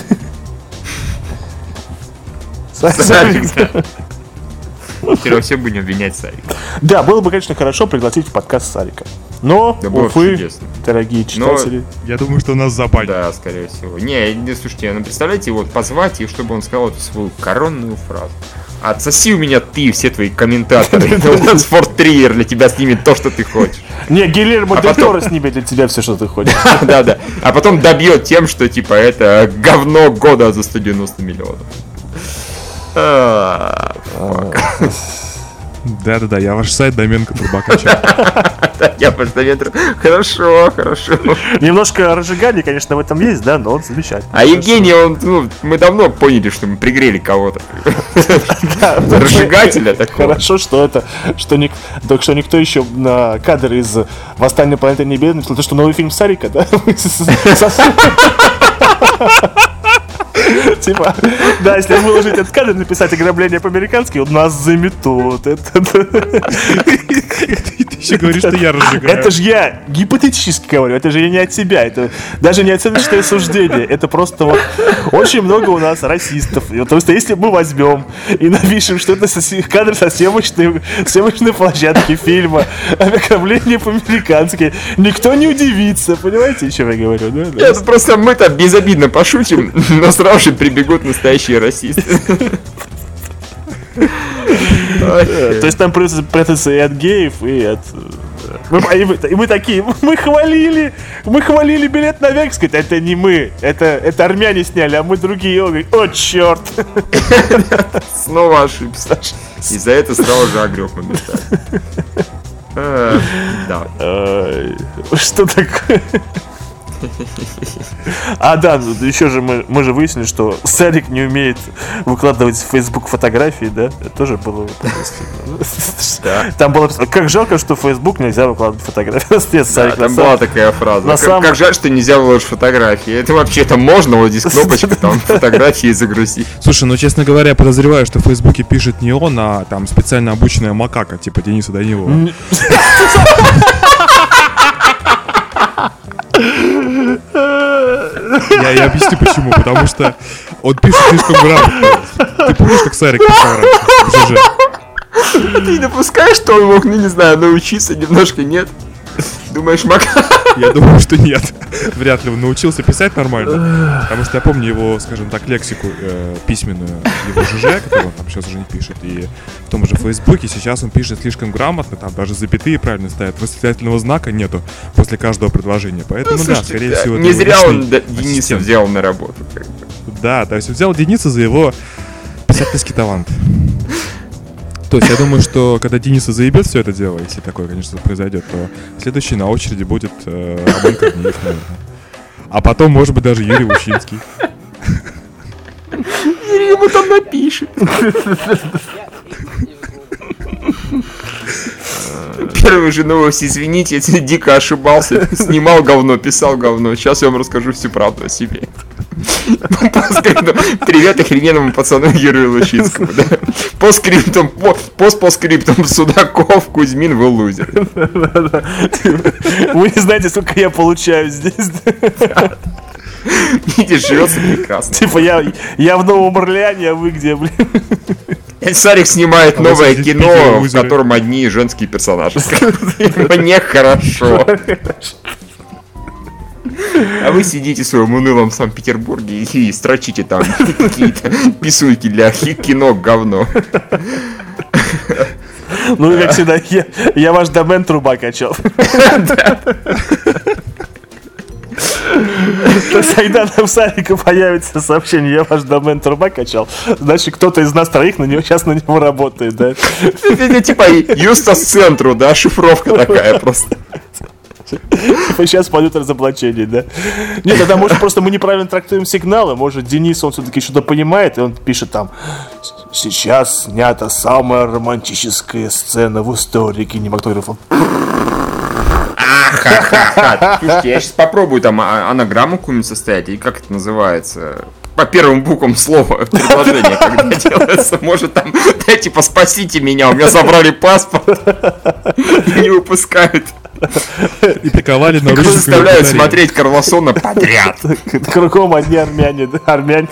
Сарик, да. Теперь все будем обвинять Сарика. Да, было бы, конечно, хорошо пригласить в подкаст Сарика. Но, увы, дорогие читатели... Я думаю, что нас забанят. Да, скорее всего. Не, слушайте, представляете, вот позвать, и чтобы он сказал эту свою коронную фразу. Отсоси у меня ты, все твои комментаторы. Transport Trigger для тебя снимет то, что ты хочешь. Не, Гильермо Дель Торо снимет для тебя все, что ты хочешь. Да. А потом добьет тем, что типа это говно года за 190 миллионов. Да, я ваш сайт Доменко Турбокача. Я ваш Доменко. Хорошо. Немножко разжигания, конечно, в этом есть, да, но он замечательный. А Евгений, мы давно поняли, что мы пригрели кого-то. Разжигателя такого. Хорошо, что никто еще на кадр из «Восстания планеты Небесной» не сказал, что новый фильм Сарика, да? Типа, да, если выложить этот кадр, написать ограбление по-американски, у нас заметут. Ты еще говоришь, что я разжигаю. Это же я гипотетически говорю, это же не от себя, это даже не оценочное суждение, это просто вот очень много у нас расистов. То есть, если мы возьмем и напишем, что это кадр со съемочной площадки фильма «Ограбление по-американски», никто не удивится, понимаете, о чем я говорю? Нет, просто мы-то безобидно пошутим, но сразу же прибегут настоящие расисты. То есть там придется прятаться и от геев, и от... И мы такие, мы хвалили билет на Веgas, говорит, это не мы, это армяне сняли, а мы другие. Он говорит, о, черт. Снова ошибся. И за это сразу же огреб моментально. Да. Что такое? А, да, еще же мы же выяснили, что Сарик не умеет выкладывать в Facebook фотографии, да? Это тоже было. Там было написано, как жалко, что в Facebook нельзя выкладывать фотографии. Там была такая фраза. Как жаль, что нельзя выложить фотографии. Это вообще-то можно, вот здесь кнопочка, там фотографии загрузить. Слушай, ну, честно говоря, я подозреваю, что в Фейсбуке пишет не он, а там специально обученная макака, типа Дениса Данилова. Я объясню почему. Потому что он пишет слишком грамотно. Ты помнишь, как Сарик писал раньше? Ты не допускаешь, что он мог, не знаю, научиться немножко, нет? Думаешь, Я думаю, что нет. Вряд ли он научился писать нормально. Потому что я помню его, скажем так, лексику письменную, его ЖЖ, который он там сейчас уже не пишет. И в том же Фейсбуке сейчас он пишет слишком грамотно, там даже запятые правильно ставят, восклицательного знака нету после каждого предложения. Поэтому, ну, да, скорее всего... Не зря он Дениса взял на работу. Да, то есть взял Дениса за его писательский талант. То есть я думаю, что когда Дениса заебет все это дело, если такое, конечно, произойдет, то следующий на очереди будет Роман Корнеев, наверное. А потом, может быть, даже Юрий Ущинский. Юрий ему там напишет. Первые же новости, извините, я дико ошибался. Снимал говно, писал говно. Сейчас я вам расскажу всю правду о себе. Привет охрененному пацану Юрию Лучинскому. По скриптам, по скриптам Судаков, Кузьмин, вы лузер. Вы не знаете, сколько я получаю здесь. Видишь, живется прекрасно. Типа я в Новом Орлеане, а вы где, блин? Сарик снимает новое кино, в котором одни женские персонажи. Мне хорошо. А вы сидите в своем унылом Санкт-Петербурге и строчите там какие-то писульки для кино говно. Ну, как всегда, я ваш домен труба качал. То есть, когда нам в Сарику появится сообщение, я ваш домен труба качал, значит, кто-то из нас троих сейчас на него работает, да? Это типа Юстас центру, да, шифровка такая просто. Типа сейчас пойдут разоблачения, да? Нет, тогда, может, просто мы неправильно трактуем сигналы. Может, Денис, он все-таки что-то понимает, и он пишет там: сейчас снята самая романтическая сцена в истории кинематографа. Слушайте, я сейчас попробую там анаграмму какую-нибудь составить, или как это называется? По первым буквам слова предложения, когда делается. Может там, да, типа, спасите меня, у меня забрали паспорт и не выпускают. И приковали на ручку. Заставляют смотреть Карлосона подряд. Кругом одни армяне, да? Армяне.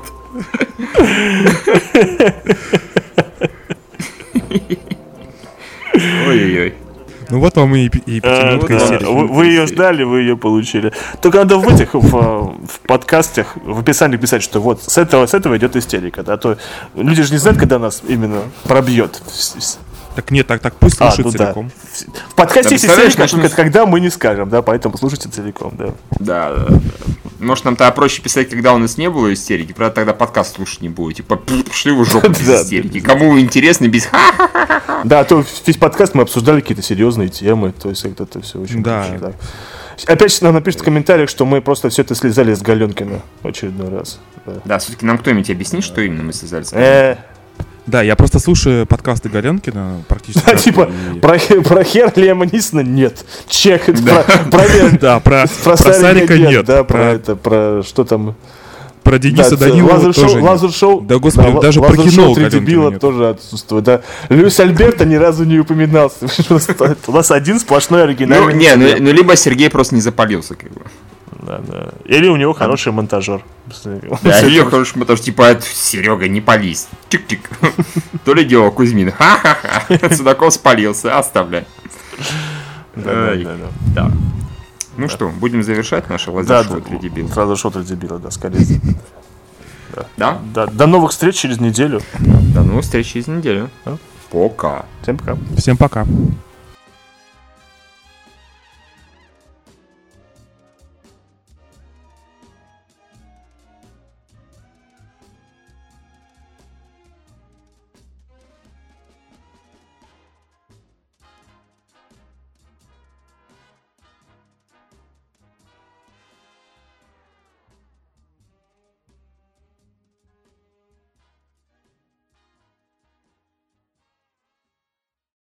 Ой-ой-ой. Ну вот вам и пятиминутка из серии. Вы ее ждали, вы ее получили. Только надо в этих, в подкастах, в описании писать, что вот с этого идет истерика. Да? А то люди же не знают, когда нас именно пробьет. Так нет, так пусть слушают целиком. Да. В подкасте есть истерика, только когда мы не скажем, да, поэтому слушайте целиком, да. Да. Может, нам тогда проще писать, когда у нас не было истерики, правда, тогда подкаст слушать не будет. Типа, шли вы в жопу без истерики. Кому вы интересны без ха-ха-ха-ха. Да, а то весь подкаст мы обсуждали какие-то серьезные темы, то есть это все очень... Да. Опять нам напишут в комментариях, что мы просто все это слезали с Галенкина в очередной раз. Да, все-таки нам кто-нибудь объяснит, что именно мы слезали с Галенкина? Да, я просто слушаю подкасты Галенкина практически. Да, типа, про хер Лема Нисона нет. Чек, проверь. Да, про Сарика нет. Да, про что там... Про Дениса Данилова тоже Лазер-шоу. Да, господи, даже про кино Галенкина нет. Тоже отсутствует, да. Люис Альберто ни разу не упоминался. У нас один сплошной оригинальный. Ну, либо Сергей просто не запалился, как бы. Да. Или у него хороший монтажер. Да, или хороший монтажер, типа, Серега, не пались. Чик-чик. То ли дело, Кузьмин. Ха-ха-ха. Судаков спалился, оставляй. Да. Ну что, будем завершать наше лазер-шоу 3 дебила. Лазер-шоу 3 дебила, да, скорее. Да? До новых встреч через неделю. До новых встреч через неделю. Пока. Всем пока. Всем пока.